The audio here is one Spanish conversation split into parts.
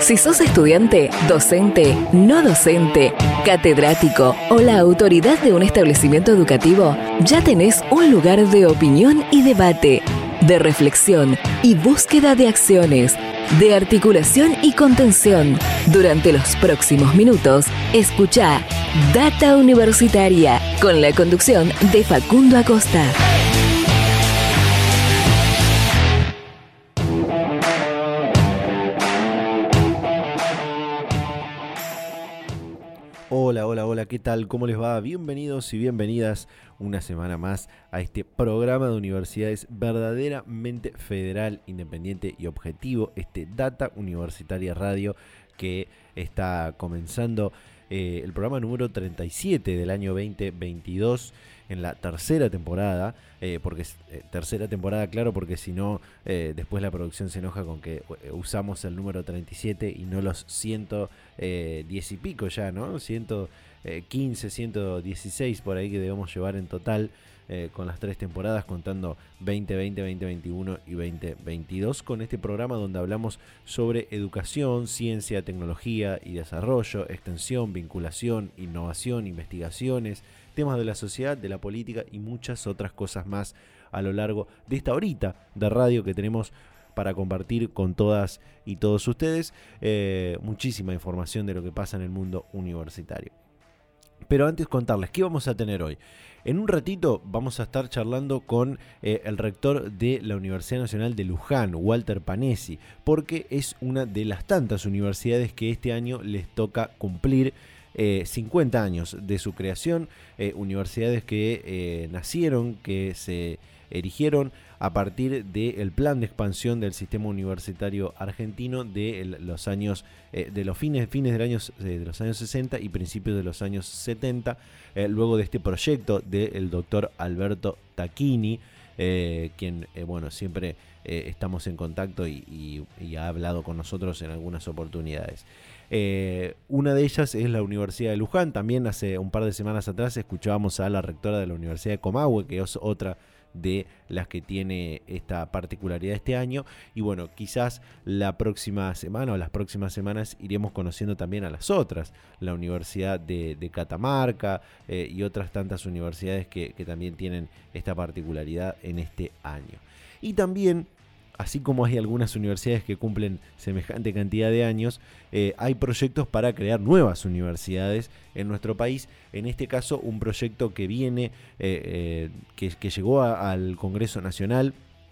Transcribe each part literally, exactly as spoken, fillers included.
Si sos estudiante, docente, no docente, catedrático o la autoridad de un establecimiento educativo, ya tenés un lugar de opinión y debate, de reflexión y búsqueda de acciones, de articulación y contención. Durante los próximos minutos, escuchá Data Universitaria con la conducción de Facundo Acosta. Hola, hola, hola, ¿qué tal? ¿Cómo les va? Bienvenidos y bienvenidas una semana más a este programa de universidades verdaderamente federal, independiente y objetivo, este Data Universitaria Radio que está comenzando eh, el programa número treinta y siete del año veinte veintidós en la tercera temporada, eh, porque es eh, tercera temporada, claro, porque si no, eh, después la producción se enoja con que eh, usamos el número treinta y siete y no los ciento diez y pico ya, ¿no? ciento quince, ciento dieciséis por ahí que debemos llevar en total eh, con las tres temporadas, contando veinte veinte, veinte veintiuno y veinte veintidós, con este programa donde hablamos sobre educación, ciencia, tecnología y desarrollo, extensión, vinculación, innovación, investigaciones, temas de la sociedad, de la política y muchas otras cosas más a lo largo de esta horita de radio que tenemos para compartir con todas y todos ustedes. Eh, muchísima información de lo que pasa en el mundo universitario. Pero antes contarles, ¿qué vamos a tener hoy? En un ratito vamos a estar charlando con eh, el rector de la Universidad Nacional de Luján, Walter Panesi, porque es una de las tantas universidades que este año les toca cumplir Eh, cincuenta años de su creación, eh, universidades que eh, nacieron, que se erigieron a partir del plan de expansión del sistema universitario argentino de el, los años eh, de los fines, fines del año, eh, de los años sesenta y principios de los años setenta, eh, luego de este proyecto del doctor Alberto Tacchini, eh, quien eh, bueno siempre eh, estamos en contacto y, y, y ha hablado con nosotros en algunas oportunidades. Eh, una de ellas es la Universidad de Luján. También hace un par de semanas atrás escuchábamos a la rectora de la Universidad de Comahue, que es otra de las que tiene esta particularidad este año. Y bueno, quizás la próxima semana o las próximas semanas iremos conociendo también a las otras, la Universidad de, de Catamarca eh, y otras tantas universidades que, que también tienen esta particularidad en este año. Y también, así como hay algunas universidades que cumplen semejante cantidad de años, eh, hay proyectos para crear nuevas universidades en nuestro país. En este caso, un proyecto que viene, eh, eh, que, que llegó a, al Congreso Nacional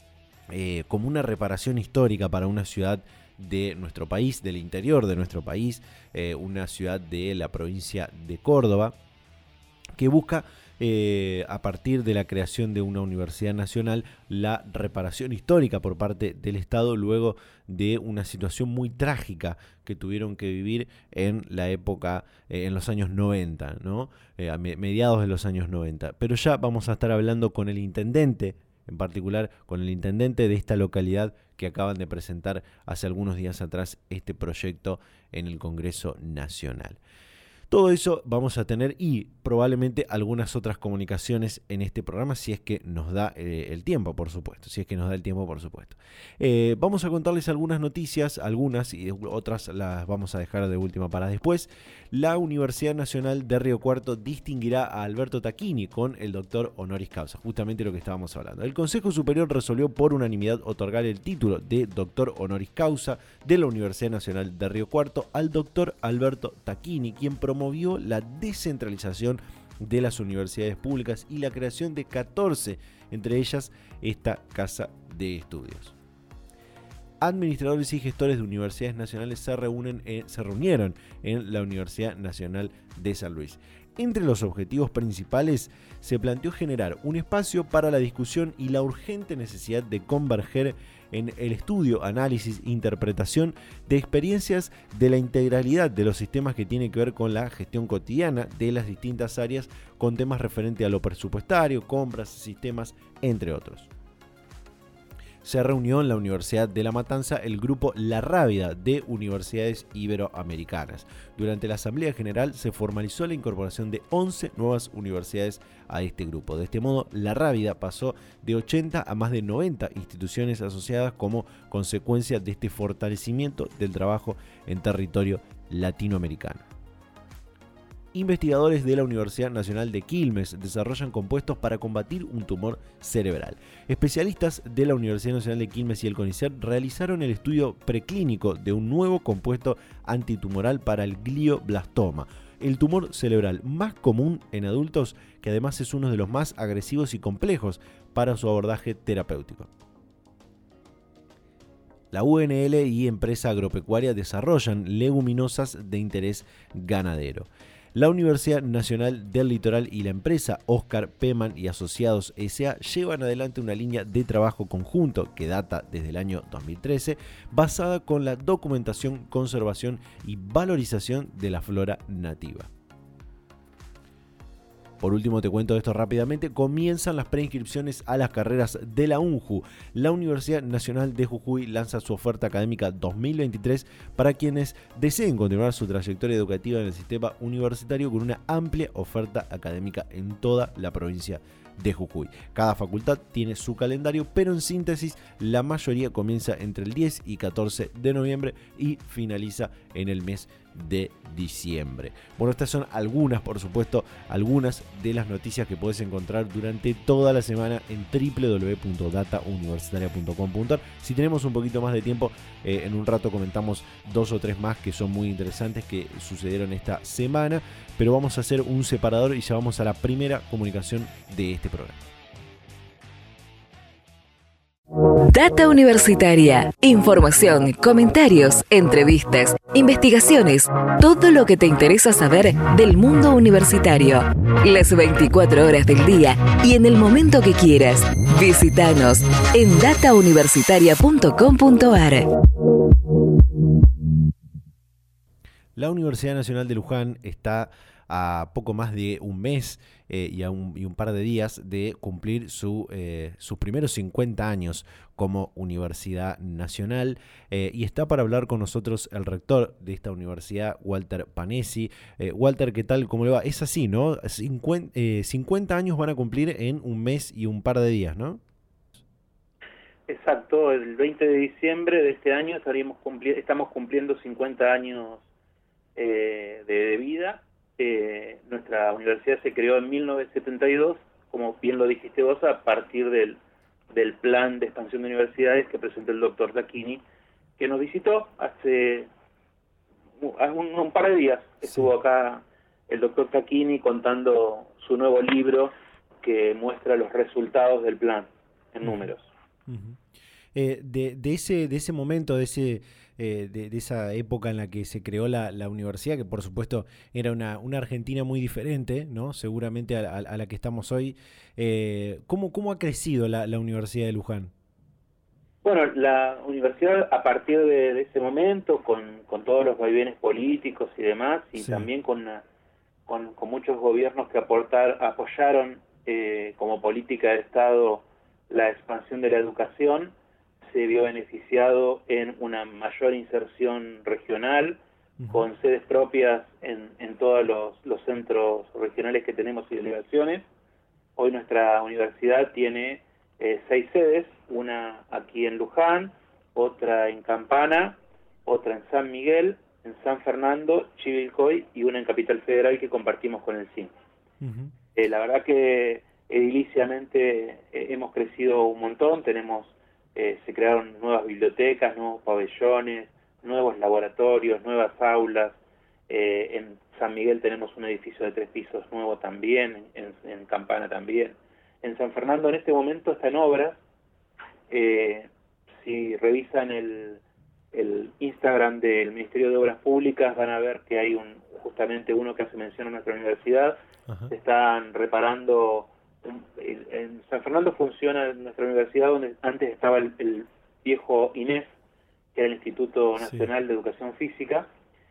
eh, como una reparación histórica para una ciudad de nuestro país, del interior de nuestro país, eh, una ciudad de la provincia de Córdoba, que busca Eh, a partir de la creación de una universidad nacional, la reparación histórica por parte del Estado luego de una situación muy trágica que tuvieron que vivir en la época, eh, en los años noventa, ¿no? Eh, a mediados de los años noventa. Pero ya vamos a estar hablando con el intendente, en particular con el intendente de esta localidad que acaban de presentar hace algunos días atrás este proyecto en el Congreso Nacional. Todo eso vamos a tener y probablemente algunas otras comunicaciones en este programa si es que nos da eh, el tiempo, por supuesto. Si es que nos da el tiempo, por supuesto. Eh, vamos a contarles algunas noticias, algunas y otras las vamos a dejar de última para después. La Universidad Nacional de Río Cuarto distinguirá a Alberto Tacchini con el doctor honoris causa, justamente lo que estábamos hablando. El Consejo Superior resolvió por unanimidad otorgar el título de doctor honoris causa de la Universidad Nacional de Río Cuarto al doctor Alberto Tacchini, quien promovió la descentralización de las universidades públicas y la creación de catorce, entre ellas esta casa de estudios. Administradores y gestores de universidades nacionales se, reúnen, eh, se reunieron en la Universidad Nacional de San Luis. Entre los objetivos principales se planteó generar un espacio para la discusión y la urgente necesidad de converger en el estudio, análisis e interpretación de experiencias de la integralidad de los sistemas que tienen que ver con la gestión cotidiana de las distintas áreas, con temas referentes a lo presupuestario, compras, sistemas, entre otros. se reunió en la Universidad de La Matanza el grupo La Rábida de Universidades Iberoamericanas. Durante la Asamblea General se formalizó la incorporación de once nuevas universidades a este grupo. De este modo, La Rábida pasó de ochenta a más de noventa instituciones asociadas como consecuencia de este fortalecimiento del trabajo en territorio latinoamericano. Investigadores de la Universidad Nacional de Quilmes desarrollan compuestos para combatir un tumor cerebral. Especialistas de la Universidad Nacional de Quilmes y el CONICET realizaron el estudio preclínico de un nuevo compuesto antitumoral para el glioblastoma, el tumor cerebral más común en adultos, que además es uno de los más agresivos y complejos para su abordaje terapéutico. La U N L y empresa agropecuaria desarrollan leguminosas de interés ganadero. La Universidad Nacional del Litoral y la empresa Oscar Peman y Asociados S A llevan adelante una línea de trabajo conjunto que data desde el año dos mil trece, basada con la documentación, conservación y valorización de la flora nativa. Por último, te cuento esto rápidamente, comienzan las preinscripciones a las carreras de la UNJU. La Universidad Nacional de Jujuy lanza su oferta académica dos mil veintitrés para quienes deseen continuar su trayectoria educativa en el sistema universitario con una amplia oferta académica en toda la provincia de Jujuy. Cada facultad tiene su calendario, pero en síntesis, la mayoría comienza entre el diez y catorce de noviembre y finaliza en el mes de diciembre. Bueno, estas son algunas, por supuesto, algunas de las noticias que puedes encontrar durante toda la semana en doble u doble u doble u punto data universitaria punto com punto ar. Si tenemos un poquito más de tiempo, eh, en un rato comentamos dos o tres más que son muy interesantes que sucedieron esta semana, pero vamos a hacer un separador y ya vamos a la primera comunicación de este programa. Data Universitaria. Información, comentarios, entrevistas, investigaciones, todo lo que te interesa saber del mundo universitario. Las veinticuatro horas del día y en el momento que quieras. Visítanos en data universitaria punto com punto ar. La Universidad Nacional de Luján está a poco más de un mes eh, y, a un, y un par de días de cumplir su, eh, sus primeros cincuenta años como Universidad Nacional, eh, y está para hablar con nosotros el rector de esta universidad, Walter Panesi. Eh, Walter, ¿qué tal? ¿Cómo le va? Es así, ¿no? cincuenta, eh, cincuenta años van a cumplir en un mes y un par de días, ¿no? Exacto, el veinte de diciembre de este año estaríamos cumpli- estamos cumpliendo cincuenta años eh, de, de vida. Eh, nuestra universidad se creó en mil novecientos setenta y dos, como bien lo dijiste vos, a partir del, del plan de expansión de universidades que presentó el doctor Tacchini, que nos visitó hace un, un par de días. Sí. Estuvo acá el doctor Tacchini contando su nuevo libro que muestra los resultados del plan en números. Uh-huh. Eh, de, de, ese, de ese momento, de ese... Eh, de, de esa época en la que se creó la, la universidad, que por supuesto era una, una Argentina muy diferente, ¿no? Seguramente a, a, a la que estamos hoy. Eh, ¿cómo, ¿Cómo ha crecido la, la Universidad de Luján? Bueno, la universidad a partir de, de ese momento, con, con todos los vaivenes políticos y demás, y sí. también con, una, con, con muchos gobiernos que aportar, apoyaron eh, como política de Estado la expansión de la educación, se vio beneficiado en una mayor inserción regional, uh-huh. con sedes propias en, en todos los, los centros regionales que tenemos y delegaciones. Hoy nuestra universidad tiene eh, seis sedes, una aquí en Luján, otra en Campana, otra en San Miguel, en San Fernando, Chivilcoy y una en Capital Federal que compartimos con el C I N. Uh-huh. Eh, la verdad que ediliciamente eh, hemos crecido un montón, tenemos Eh, se crearon nuevas bibliotecas, nuevos pabellones, nuevos laboratorios, nuevas aulas. Eh, en San Miguel tenemos un edificio de tres pisos nuevo también, en, en Campana también. En San Fernando en este momento está en obras. Eh, si revisan el, el Instagram del Ministerio de Obras Públicas van a ver que hay un justamente uno que hace mención a nuestra universidad. Ajá. Se están reparando. En San Fernando funciona nuestra universidad donde antes estaba el, el viejo I N E F, que era el Instituto Nacional sí. de Educación Física,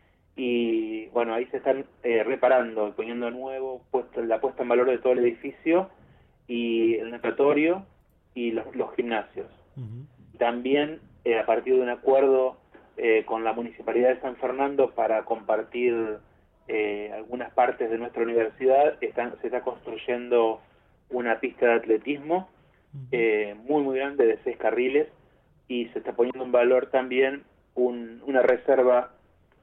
y bueno, ahí se están eh, reparando, poniendo de nuevo puesto, la puesta en valor de todo el edificio y el natatorio y los, los gimnasios. Uh-huh. también eh, a partir de un acuerdo eh, con la Municipalidad de San Fernando para compartir eh, algunas partes de nuestra universidad, están, se está construyendo una pista de atletismo eh, muy muy grande de seis carriles, y se está poniendo en valor también un, una reserva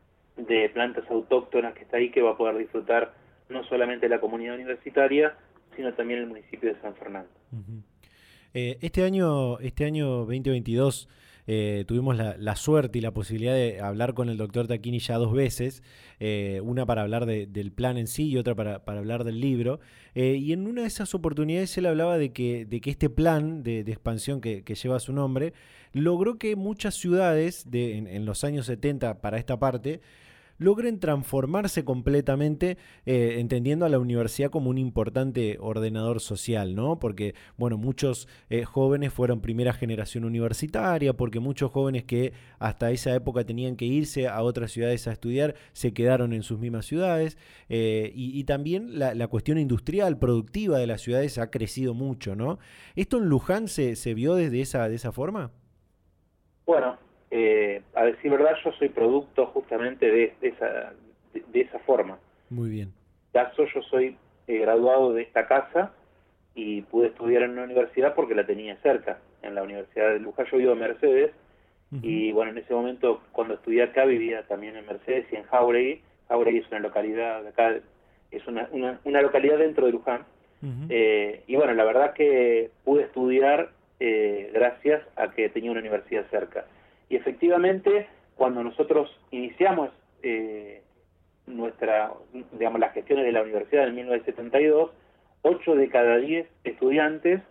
de plantas autóctonas que está ahí, que va a poder disfrutar no solamente la comunidad universitaria, sino también el municipio de San Fernando. Uh-huh. eh, este año, este año veinte veintidós, eh, tuvimos la, la suerte y la posibilidad de hablar con el doctor Tacchini ya dos veces, eh, una para hablar de, del plan en sí y otra para, para hablar del libro, eh, y en una de esas oportunidades él hablaba de que, de que este plan de, de expansión que, que lleva su nombre logró que muchas ciudades de, en, en los años setenta para esta parte logren transformarse completamente, eh, entendiendo a la universidad como un importante ordenador social, ¿no? Porque, bueno, muchos eh, jóvenes fueron primera generación universitaria, porque muchos jóvenes que hasta esa época tenían que irse a otras ciudades a estudiar, se quedaron en sus mismas ciudades, eh, y, y también la, la cuestión industrial, productiva de las ciudades ha crecido mucho, ¿no? ¿Esto en Luján se, se vio desde esa, de esa forma? Bueno, Eh, a decir verdad, yo soy producto justamente de, de, esa, de, de esa forma. Muy bien. Caso, yo soy eh, graduado de esta casa y pude estudiar en una universidad porque la tenía cerca, en la Universidad de Luján. Yo vivo en Mercedes, uh-huh. y bueno, en ese momento, cuando estudié acá, vivía también en Mercedes y en Jáuregui. Jáuregui es una localidad de acá, es una, una, una localidad dentro de Luján. Uh-huh. eh, y bueno, la verdad que pude estudiar eh, gracias a que tenía una universidad cerca. Y efectivamente, cuando nosotros iniciamos eh, nuestra, digamos, las gestiones de la universidad en mil novecientos setenta y dos, ocho de cada diez estudiantes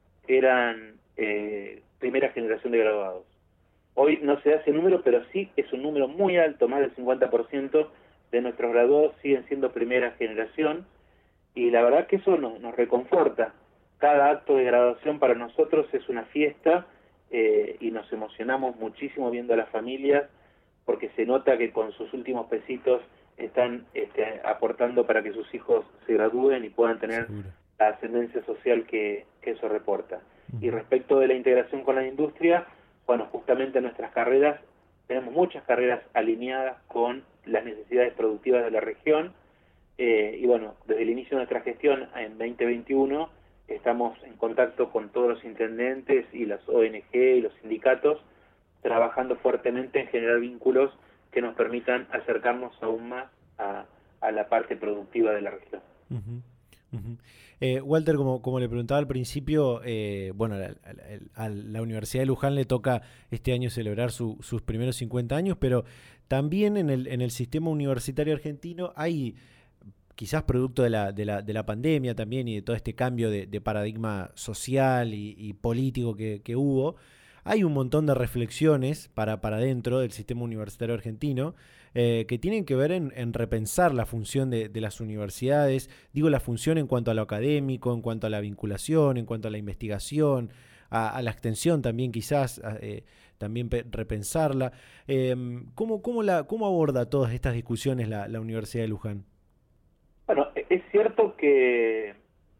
eran eh, primera generación de graduados. Hoy no se da ese número, pero sí es un número muy alto, más del cincuenta por ciento de nuestros graduados siguen siendo primera generación, y la verdad que eso nos, nos reconforta. Cada acto de graduación para nosotros es una fiesta, Eh, y nos emocionamos muchísimo viendo a las familias, porque se nota que con sus últimos pesitos están este, aportando para que sus hijos se gradúen y puedan tener Seguro. la ascendencia social que, que eso reporta. Uh-huh. Y respecto de la integración con la industria, bueno, justamente nuestras carreras, tenemos muchas carreras alineadas con las necesidades productivas de la región, eh, y bueno, desde el inicio de nuestra gestión en veinte veintiuno, estamos en contacto con todos los intendentes y las O N G y los sindicatos, trabajando fuertemente en generar vínculos que nos permitan acercarnos aún más a, a la parte productiva de la región. Uh-huh. Uh-huh. Eh, Walter, como, como le preguntaba al principio, eh, bueno, a, a, a la Universidad de Luján le toca este año celebrar su, sus primeros cincuenta años, pero también en el, en el sistema universitario argentino hay, quizás producto de la, de la, de la pandemia también y de todo este cambio de, de paradigma social y, y político que, que hubo, hay un montón de reflexiones para, para dentro del sistema universitario argentino eh, que tienen que ver en, en repensar la función de, de las universidades, digo la función en cuanto a lo académico, en cuanto a la vinculación, en cuanto a la investigación, a, a la extensión también quizás, eh, también pe- repensarla. Eh, ¿cómo, cómo, la, ¿Cómo aborda todas estas discusiones la, la Universidad de Luján? Bueno, es cierto que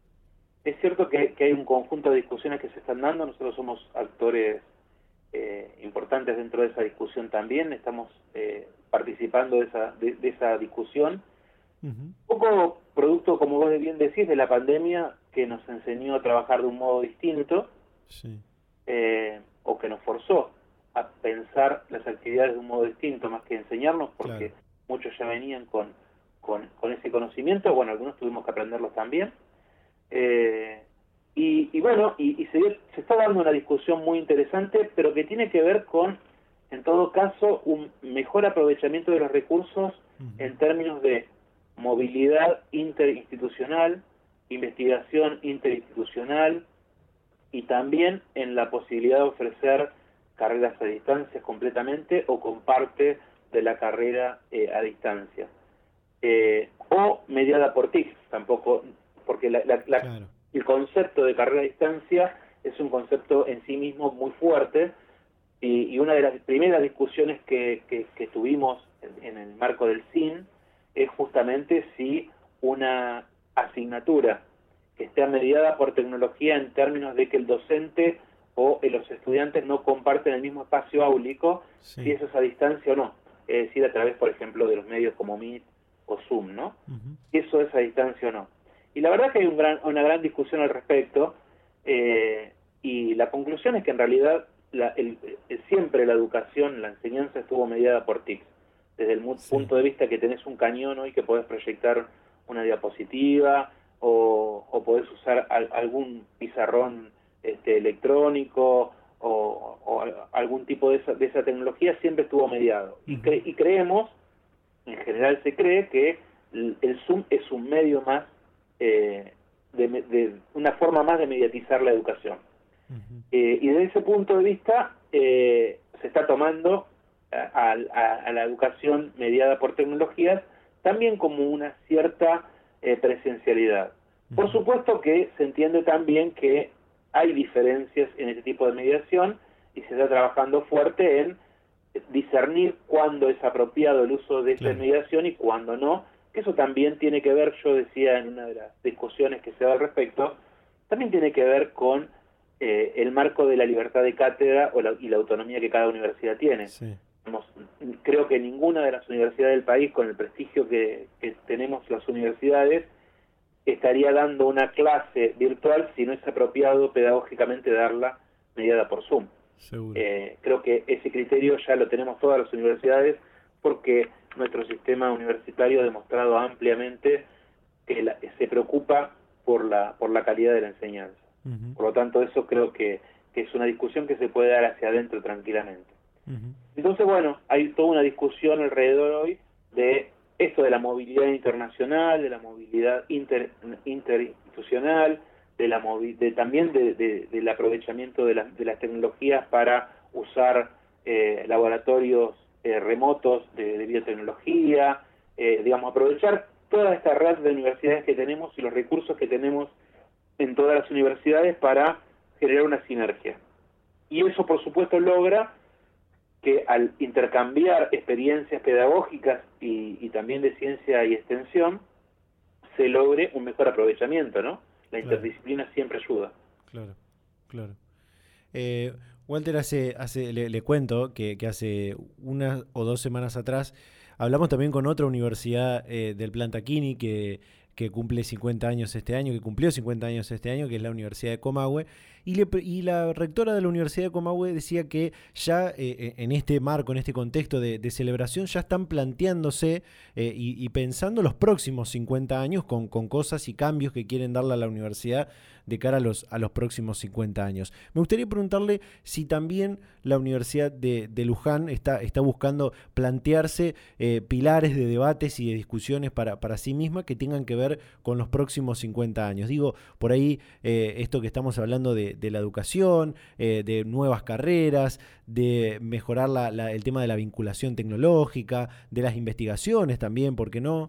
es cierto que, que hay un conjunto de discusiones que se están dando. Nosotros somos actores eh, importantes dentro de esa discusión también. Estamos eh, participando de esa de, de esa discusión. Uh-huh. Un poco producto, como vos bien decís, de la pandemia, que nos enseñó a trabajar de un modo distinto, sí. eh, o que nos forzó a pensar las actividades de un modo distinto, más que enseñarnos, porque claro. muchos ya venían con Con, con ese conocimiento. Bueno, algunos tuvimos que aprenderlos también, eh, y, y bueno, y, y se, se está dando una discusión muy interesante, pero que tiene que ver con, en todo caso, un mejor aprovechamiento de los recursos uh-huh. en términos de movilidad interinstitucional, investigación interinstitucional, y también en la posibilidad de ofrecer carreras a distancia completamente o con parte de la carrera eh, a distancia. Eh, o mediada por T I C, tampoco, porque la, la, la, claro. el concepto de carrera a distancia es un concepto en sí mismo muy fuerte, y, y una de las primeras discusiones que, que, que tuvimos en, en el marco del S I N es justamente si una asignatura que esté mediada por tecnología, en términos de que el docente o eh, los estudiantes no comparten el mismo espacio áulico, sí. si eso es a distancia o no, es decir, a través, por ejemplo, de los medios como Meet o Zoom, ¿no? Uh-huh. Si eso es a distancia o no. Y la verdad que hay un gran, una gran discusión al respecto, eh, y la conclusión es que en realidad la, el, el, siempre la educación, la enseñanza estuvo mediada por T I C. Desde el sí. punto de vista que tenés un cañón hoy que podés proyectar una diapositiva, o, o podés usar al, algún pizarrón este, electrónico, o, o algún tipo de esa, de esa tecnología, siempre estuvo mediado. Uh-huh. Y, cre, y creemos, en general se cree, que el, el Zoom es un medio más, eh, de, de una forma más de mediatizar la educación. Uh-huh. Eh, y desde ese punto de vista eh, se está tomando a, a, a la educación mediada por tecnologías también como una cierta eh, presencialidad. Uh-huh. Por supuesto que se entiende también que hay diferencias en este tipo de mediación y se está trabajando fuerte en discernir cuándo es apropiado el uso de esta claro. mediación y cuándo no, que eso también tiene que ver, yo decía en una de las discusiones que se da al respecto, también tiene que ver con eh, el marco de la libertad de cátedra o la, y la autonomía que cada universidad tiene. Sí. Creo que ninguna de las universidades del país, con el prestigio que, que tenemos las universidades, estaría dando una clase virtual si no es apropiado pedagógicamente darla mediada por Zoom. Eh, creo que ese criterio ya lo tenemos todas las universidades, porque nuestro sistema universitario ha demostrado ampliamente que la, se preocupa por la por la calidad de la enseñanza. Uh-huh. Por lo tanto, eso creo que, que es una discusión que se puede dar hacia adentro tranquilamente. Uh-huh. Entonces, bueno, hay toda una discusión alrededor hoy de esto de la movilidad internacional, de la movilidad inter, interinstitucional, de la movi de, también de, de, del aprovechamiento de, la, de las tecnologías para usar eh, laboratorios eh, remotos de, de biotecnología, eh, digamos, aprovechar toda esta red de universidades que tenemos y los recursos que tenemos en todas las universidades para generar una sinergia. Y eso, por supuesto, logra que al intercambiar experiencias pedagógicas y, y también de ciencia y extensión, se logre un mejor aprovechamiento, ¿no? La claro. interdisciplina siempre ayuda. Claro, claro. Eh, Walter, hace, hace le, le cuento que, que hace una o dos semanas atrás hablamos también con otra universidad eh, del Plan Taquini que, que cumple cincuenta años este año, que cumplió cincuenta años este año, que es la Universidad de Comahue, y, le, y la rectora de la Universidad de Comahue decía que ya eh, en este marco, en este contexto de, de celebración, ya están planteándose eh, y, y pensando los próximos cincuenta años con, con cosas y cambios que quieren darle a la universidad de cara a los, a los próximos cincuenta años. Me gustaría preguntarle si también la Universidad de, de Luján está, está buscando plantearse eh, pilares de debates y de discusiones para, para sí misma que tengan que ver con los próximos cincuenta años. Digo, por ahí eh, esto que estamos hablando de, de la educación, eh, de nuevas carreras, de mejorar la, la, el tema de la vinculación tecnológica, de las investigaciones también, ¿por qué no?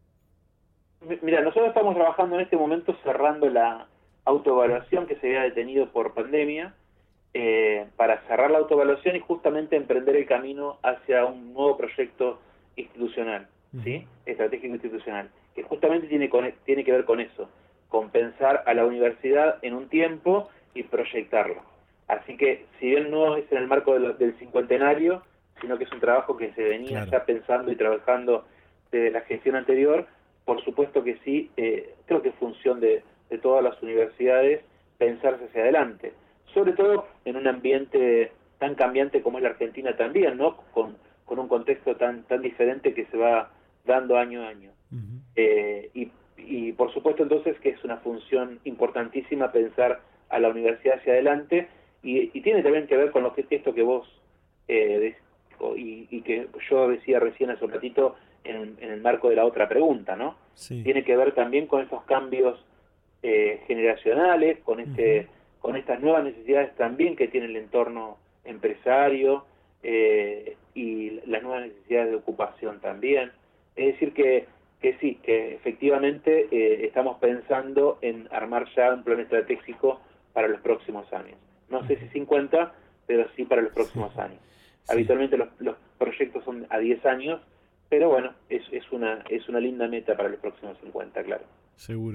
Mira, nosotros estamos trabajando en este momento cerrando la autoevaluación que se había detenido por pandemia, eh, para cerrar la autoevaluación y justamente emprender el camino hacia un nuevo proyecto institucional, ¿sí? Estratégico institucional, que justamente tiene, con, tiene que ver con eso, con pensar a la universidad en un tiempo y proyectarlo. Así que, si bien no es en el marco del, del cincuentenario, sino que es un trabajo que se venía claro. ya pensando y trabajando desde la gestión anterior, por supuesto que sí, eh, creo que es función de, de todas las universidades pensarse hacia adelante, sobre todo en un ambiente tan cambiante como es la Argentina también, ¿no? Con, con un contexto tan tan diferente que se va dando año a año. Uh-huh. eh, y, y por supuesto entonces que es una función importantísima pensar a la universidad hacia adelante, y, y tiene también que ver con lo que esto que vos eh, y, y que yo decía recién hace un ratito en, en el marco de la otra pregunta, ¿no? Sí. Tiene que ver también con estos cambios eh, generacionales, con este uh-huh. con estas nuevas necesidades también que tiene el entorno empresario, eh, y las nuevas necesidades de ocupación también. Es decir que, que sí, que efectivamente eh, estamos pensando en armar ya un plan estratégico para los próximos años. No sé si cincuenta, pero sí para los próximos sí. años. Sí. Habitualmente los, los proyectos son a diez años, pero bueno, es, es, una, es una linda meta para los próximos cincuenta, claro. Seguro.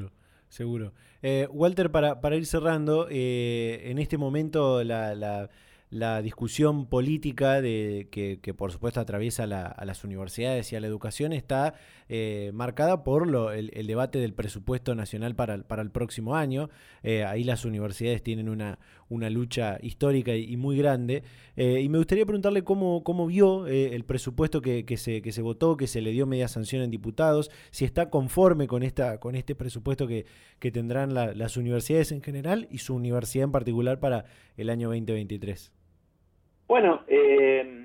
seguro. Eh, Walter, para, para ir cerrando, eh, en este momento la, la, la discusión política de, que, que por supuesto atraviesa la, a las universidades y a la educación está eh, marcada por lo, el, el debate del presupuesto nacional para, el- para el próximo año. Eh, ahí las universidades tienen una, una lucha histórica y, y muy grande. Eh, y me gustaría preguntarle cómo, cómo vio eh, el presupuesto que, que, se, que se votó, que se le dio media sanción en diputados, si está conforme con, esta, con este presupuesto que, que tendrán la- las universidades en general y su universidad en particular para el año veinte veintitrés. Bueno, eh,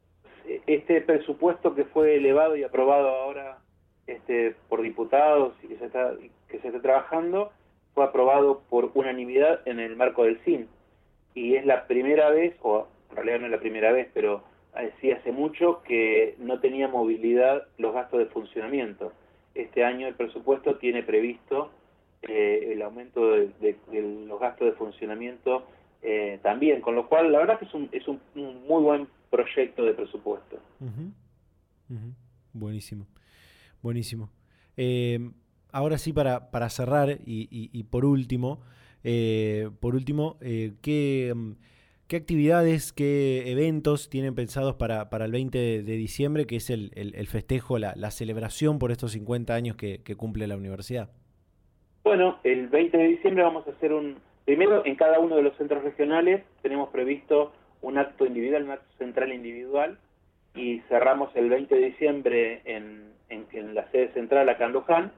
este presupuesto que fue elevado y aprobado ahora este, por diputados y que se está que se está trabajando fue aprobado por unanimidad en el marco del C I N y es la primera vez, o en realidad no es la primera vez, pero eh, sí hace mucho que no tenía movilidad los gastos de funcionamiento. Este año el presupuesto tiene previsto eh, el aumento de, de, de los gastos de funcionamiento eh, también, con lo cual la verdad que es un, es un, un muy buen proyecto de presupuesto. Ujú, ujú. Buenísimo, buenísimo. Eh, ahora sí, para, para cerrar y, y- y por último, eh, por último, eh, ¿qué, mm, qué actividades, qué eventos tienen pensados para, para el veinte de, de diciembre, que es el, el- el festejo, la, la celebración por estos cincuenta años que, que cumple la universidad? Bueno, el veinte de diciembre vamos a hacer un... Primero, en cada uno de los centros regionales tenemos previsto un acto individual, un acto central individual, y cerramos el veinte de diciembre en, en, en la sede central acá en Luján,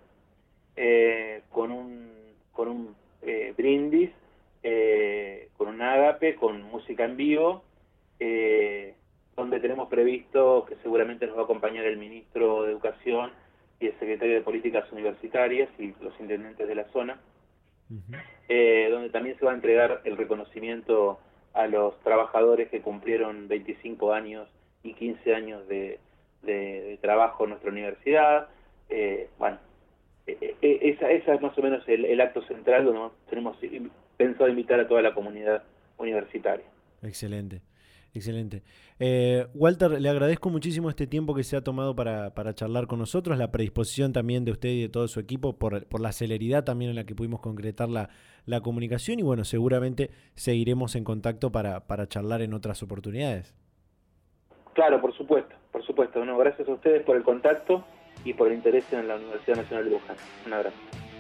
eh, con un, con un eh, brindis, eh, con un ágape, con música en vivo, eh, donde tenemos previsto que seguramente nos va a acompañar el ministro de Educación y el secretario de Políticas Universitarias y los intendentes de la zona, Ujú. eh, donde también se va a entregar el reconocimiento a los trabajadores que cumplieron veinticinco años y quince años de, de, de trabajo en nuestra universidad. Eh, bueno, eh, eh, esa, esa es más o menos el, el acto central donde tenemos pensado invitar a toda la comunidad universitaria. Excelente, excelente. Eh, Walter, le agradezco muchísimo este tiempo que se ha tomado para, para charlar con nosotros, la predisposición también de usted y de todo su equipo, por, por la celeridad también en la que pudimos concretar la, la comunicación y bueno, seguramente seguiremos en contacto para, para charlar en otras oportunidades. Claro, por supuesto, por supuesto. Bueno, gracias a ustedes por el contacto y por el interés en la Universidad Nacional de Luján. Un abrazo.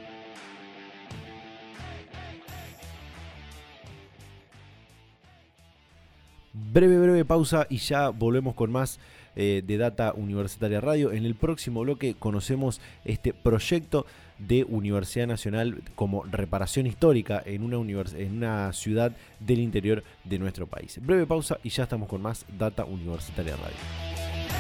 Breve, breve pausa y ya volvemos con más eh, de Data Universitaria Radio. En el próximo bloque conocemos este proyecto de Universidad Nacional como reparación histórica en una, univers- en una ciudad del interior de nuestro país. Breve pausa y ya estamos con más Data Universitaria Radio.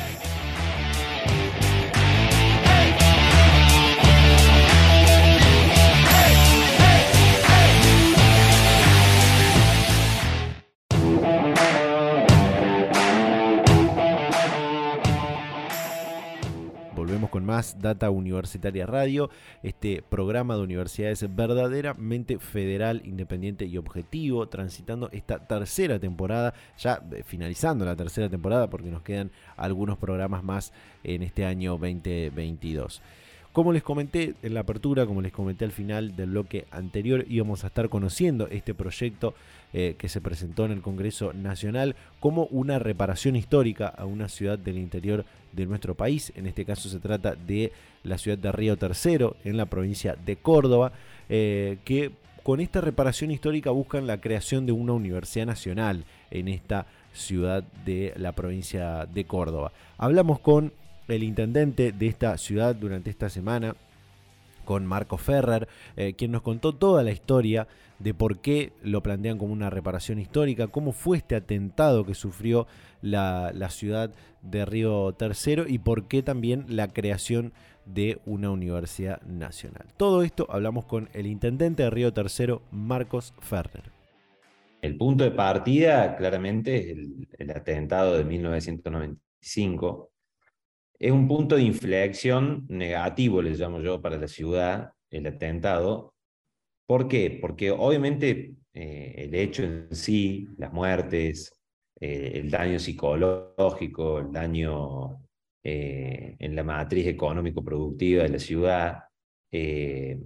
Volvemos con más Data Universitaria Radio, este programa de universidades verdaderamente federal, independiente y objetivo, transitando esta tercera temporada, ya finalizando la tercera temporada porque nos quedan algunos programas más en este año veinte veintidós. Como les comenté en la apertura, como les comenté al final del bloque anterior, íbamos a estar conociendo este proyecto eh, que se presentó en el Congreso Nacional como una reparación histórica a una ciudad del interior de nuestro país. En este caso se trata de la ciudad de Río Tercero, en la provincia de Córdoba, eh, que con esta reparación histórica buscan la creación de una universidad nacional en esta ciudad de la provincia de Córdoba. Hablamos con el intendente de esta ciudad durante esta semana, con Marco Ferrer, eh, quien nos contó toda la historia de por qué lo plantean como una reparación histórica, cómo fue este atentado que sufrió la, la ciudad de Río Tercero y por qué también la creación de una universidad nacional. Todo esto hablamos con el intendente de Río Tercero, Marcos Ferrer. El punto de partida claramente es el, el atentado de mil novecientos noventa y cinco. Es un punto de inflexión negativo, les llamo yo, para la ciudad, el atentado. ¿Por qué? Porque obviamente eh, el hecho en sí, las muertes, eh, el daño psicológico, el daño eh, en la matriz económico-productiva de la ciudad, eh,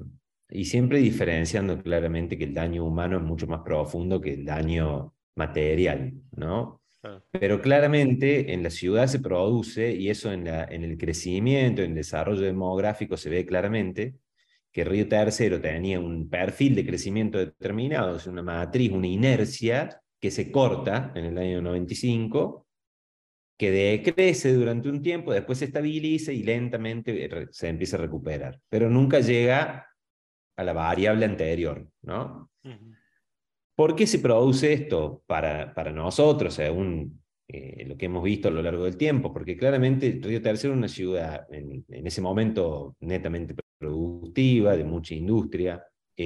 y siempre diferenciando claramente que el daño humano es mucho más profundo que el daño material, ¿no? Claro. Pero claramente en la ciudad se produce, y eso en, la, en el crecimiento, en el desarrollo demográfico se ve claramente, que Río Tercero tenía un perfil de crecimiento determinado, es una matriz, una inercia que se corta en el año noventa y cinco, que decrece durante un tiempo, después se estabiliza y lentamente se empieza a recuperar, pero nunca llega a la variable anterior, ¿no? Uh-huh. ¿Por qué se produce esto para, para nosotros, según eh, lo que hemos visto a lo largo del tiempo? Porque claramente Río Tercero es una ciudad en, en ese momento netamente productiva, de mucha industria,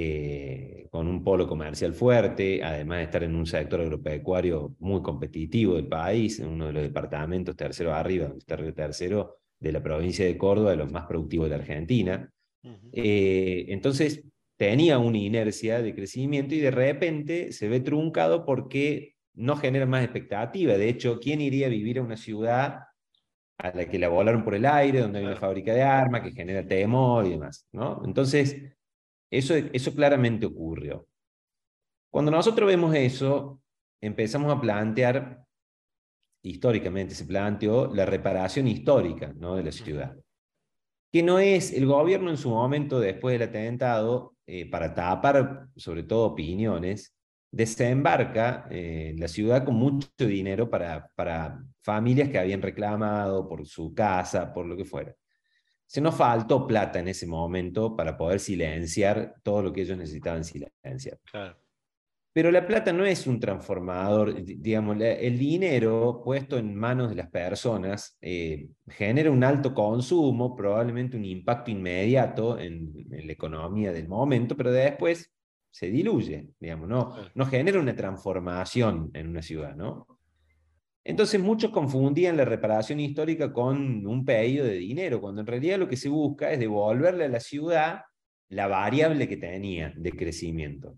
eh, con un polo comercial fuerte, además de estar en un sector agropecuario muy competitivo del país, en uno de los departamentos tercero arriba, donde está Río Tercero, de la provincia de Córdoba, de los más productivos de la Argentina. Uh-huh. Eh, entonces, tenía una inercia de crecimiento y de repente se ve truncado porque no genera más expectativa. De hecho, ¿quién iría a vivir a una ciudad a la que la volaron por el aire, donde hay una fábrica de armas, que genera temor y demás, ¿no? Entonces, eso, eso claramente ocurrió. Cuando nosotros vemos eso, empezamos a plantear, históricamente se planteó, la reparación histórica, ¿no?, de la ciudad. Que no es, el gobierno en su momento, después del atentado, eh, para tapar sobre todo opiniones, desembarca eh, en la ciudad con mucho dinero para, para familias que habían reclamado por su casa, por lo que fuera. Se nos faltó plata en ese momento para poder silenciar todo lo que ellos necesitaban silenciar. Claro. Pero la plata no es un transformador, digamos, el dinero puesto en manos de las personas eh, genera un alto consumo, probablemente un impacto inmediato en, en la economía del momento, pero después se diluye, digamos, no, no genera una transformación en una ciudad, ¿no? Entonces muchos confundían la reparación histórica con un pedido de dinero, cuando en realidad lo que se busca es devolverle a la ciudad la variable que tenía de crecimiento.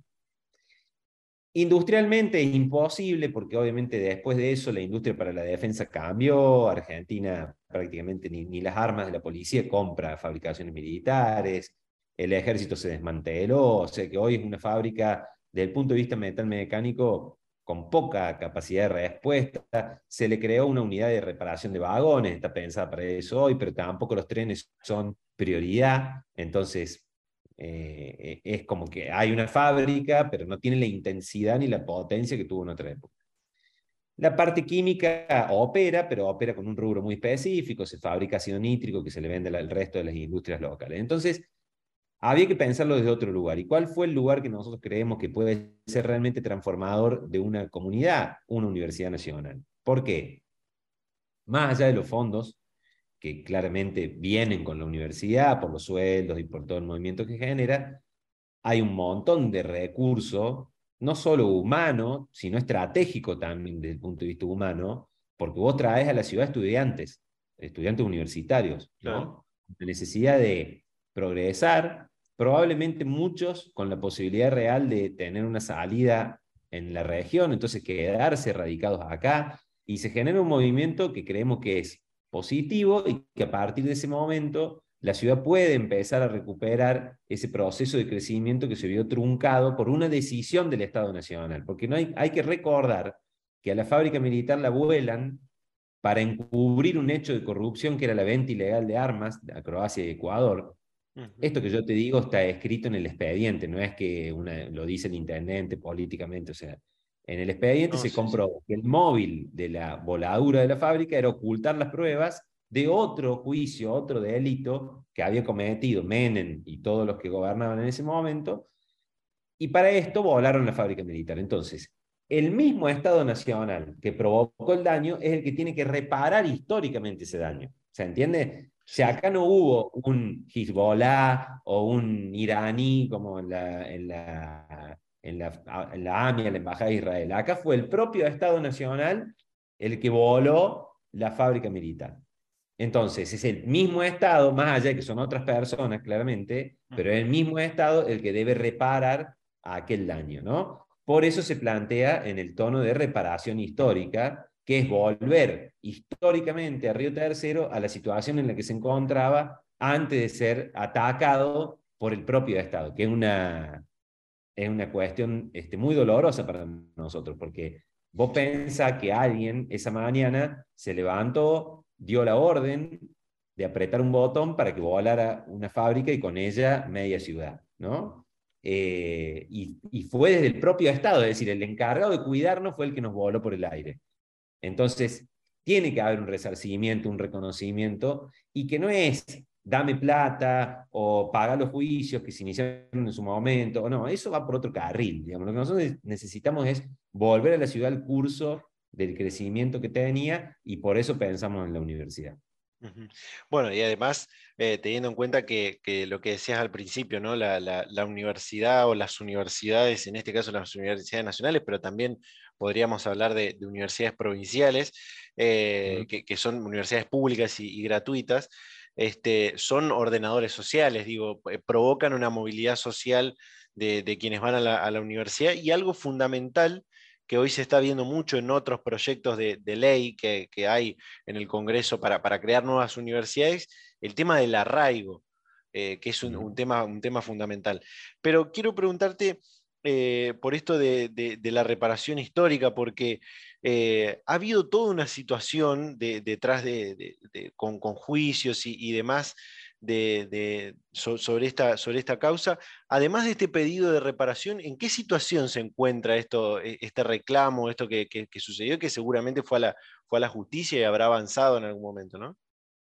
Industrialmente es imposible, porque obviamente después de eso la industria para la defensa cambió, Argentina prácticamente ni, ni las armas de la policía compra fabricaciones militares, el ejército se desmanteló, o sea que hoy es una fábrica desde el punto de vista metal mecánico con poca capacidad de respuesta. Se le creó una unidad de reparación de vagones, está pensada para eso hoy, pero tampoco los trenes son prioridad, entonces Eh, es como que hay una fábrica, pero no tiene la intensidad ni la potencia que tuvo en otra época. La parte química opera, pero opera con un rubro muy específico, se fabrica ácido nítrico que se le vende al resto de las industrias locales. Entonces, había que pensarlo desde otro lugar. ¿Y cuál fue el lugar que nosotros creemos que puede ser realmente transformador de una comunidad? Una universidad nacional. ¿Por qué? Más allá de los fondos, que claramente vienen con la universidad por los sueldos y por todo el movimiento que genera, hay un montón de recursos, no solo humano, sino estratégico también desde el punto de vista humano, porque vos traes a la ciudad estudiantes, estudiantes universitarios, ¿no? Claro. La necesidad de progresar, probablemente muchos con la posibilidad real de tener una salida en la región, entonces quedarse radicados acá, y se genera un movimiento que creemos que es positivo y que a partir de ese momento la ciudad puede empezar a recuperar ese proceso de crecimiento que se vio truncado por una decisión del Estado Nacional. Porque no hay, hay que recordar que a la fábrica militar la vuelan para encubrir un hecho de corrupción que era la venta ilegal de armas a Croacia y Ecuador. Uh-huh. Esto que yo te digo está escrito en el expediente, no es que una, lo dice el intendente políticamente, o sea, en el expediente no, se sí, comprobó sí. que el móvil de la voladura de la fábrica era ocultar las pruebas de otro juicio, otro delito que había cometido Menem y todos los que gobernaban en ese momento, y para esto volaron la fábrica militar. Entonces, el mismo Estado Nacional que provocó el daño es el que tiene que reparar históricamente ese daño. ¿Se entiende? Si acá no hubo un Hezbollah o un iraní como en la... En la En la, en la AMIA, la Embajada de Israel. Acá fue el propio Estado Nacional el que voló la fábrica militar. Entonces, es el mismo Estado, más allá de que son otras personas, claramente, pero es el mismo Estado el que debe reparar aquel daño, ¿no? Por eso se plantea en el tono de reparación histórica, que es volver históricamente a Río Tercero a la situación en la que se encontraba antes de ser atacado por el propio Estado, que es una, es una cuestión este, muy dolorosa para nosotros, porque vos pensás que alguien esa mañana se levantó, dio la orden de apretar un botón para que volara una fábrica y con ella media ciudad, ¿no? Eh, y, y fue desde el propio Estado, es decir, el encargado de cuidarnos fue el que nos voló por el aire. Entonces, tiene que haber un resarcimiento, un reconocimiento, y que no es dame plata o paga los juicios que se iniciaron en su momento, no, eso va por otro carril, digamos. Lo que nosotros necesitamos es volver a la ciudad al curso del crecimiento que tenía, y por eso pensamos en la universidad. Bueno, y además, eh, teniendo en cuenta que, que lo que decías al principio, ¿no? La, la, la universidad o las universidades, en este caso las universidades nacionales, pero también podríamos hablar de, de universidades provinciales, eh, uh-huh. que, que son universidades públicas y, y gratuitas, este, son ordenadores sociales, digo, eh, provocan una movilidad social de, de quienes van a la, a la universidad, y algo fundamental que hoy se está viendo mucho en otros proyectos de, de ley que, que hay en el Congreso para, para crear nuevas universidades, el tema del arraigo, eh, que es un, un, tema, un tema fundamental. Pero quiero preguntarte eh, por esto de, de, de la reparación histórica, porque eh, ha habido toda una situación de, detrás de, de, de, con, con juicios y, y demás, De, de, so, sobre, esta, sobre esta causa. Además de este pedido de reparación, ¿en qué situación se encuentra esto, este reclamo, esto que, que, que sucedió, que seguramente fue a, la, fue a la justicia y habrá avanzado en algún momento, ¿no?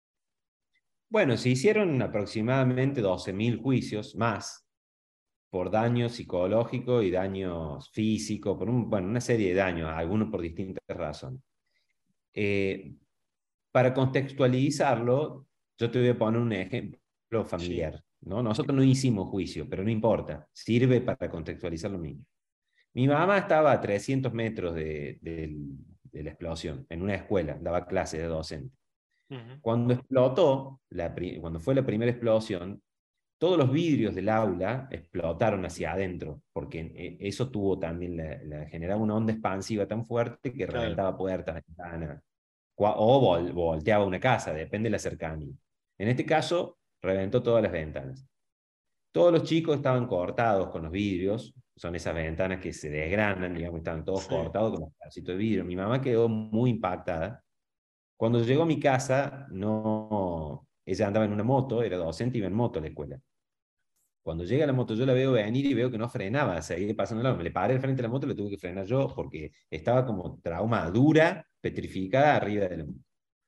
Bueno, se hicieron aproximadamente doce mil juicios más por daño psicológico y daños físicos, por un, bueno, una serie de daños, algunos por distintas razones. Eh, para contextualizarlo, yo te voy a poner un ejemplo familiar, sí. ¿no? Nosotros no hicimos juicio, pero no importa, sirve para contextualizar lo mismo. Mi mamá estaba a trescientos metros de, de, de la explosión, en una escuela, daba clases de docente. Uh-huh. Cuando explotó, la, cuando fue la primera explosión, todos los vidrios del aula explotaron hacia adentro, porque eso tuvo también, la, la, generaba una onda expansiva tan fuerte que claro. reventaba puertas, ventanas, o vol, volteaba una casa, depende de la cercanía. En este caso, reventó todas las ventanas. Todos los chicos estaban cortados con los vidrios, son esas ventanas que se desgranan, digamos, estaban todos sí. cortados con los pedacitos de vidrio. Mi mamá quedó muy impactada. Cuando llegó a mi casa, no, ella andaba en una moto, era docente, iba en moto a la escuela. Cuando llega la moto, yo la veo venir y veo que no frenaba, seguía pasando el lado. Me le paré al frente de la moto y le tuve que frenar yo, porque estaba como trauma dura, petrificada arriba de la moto.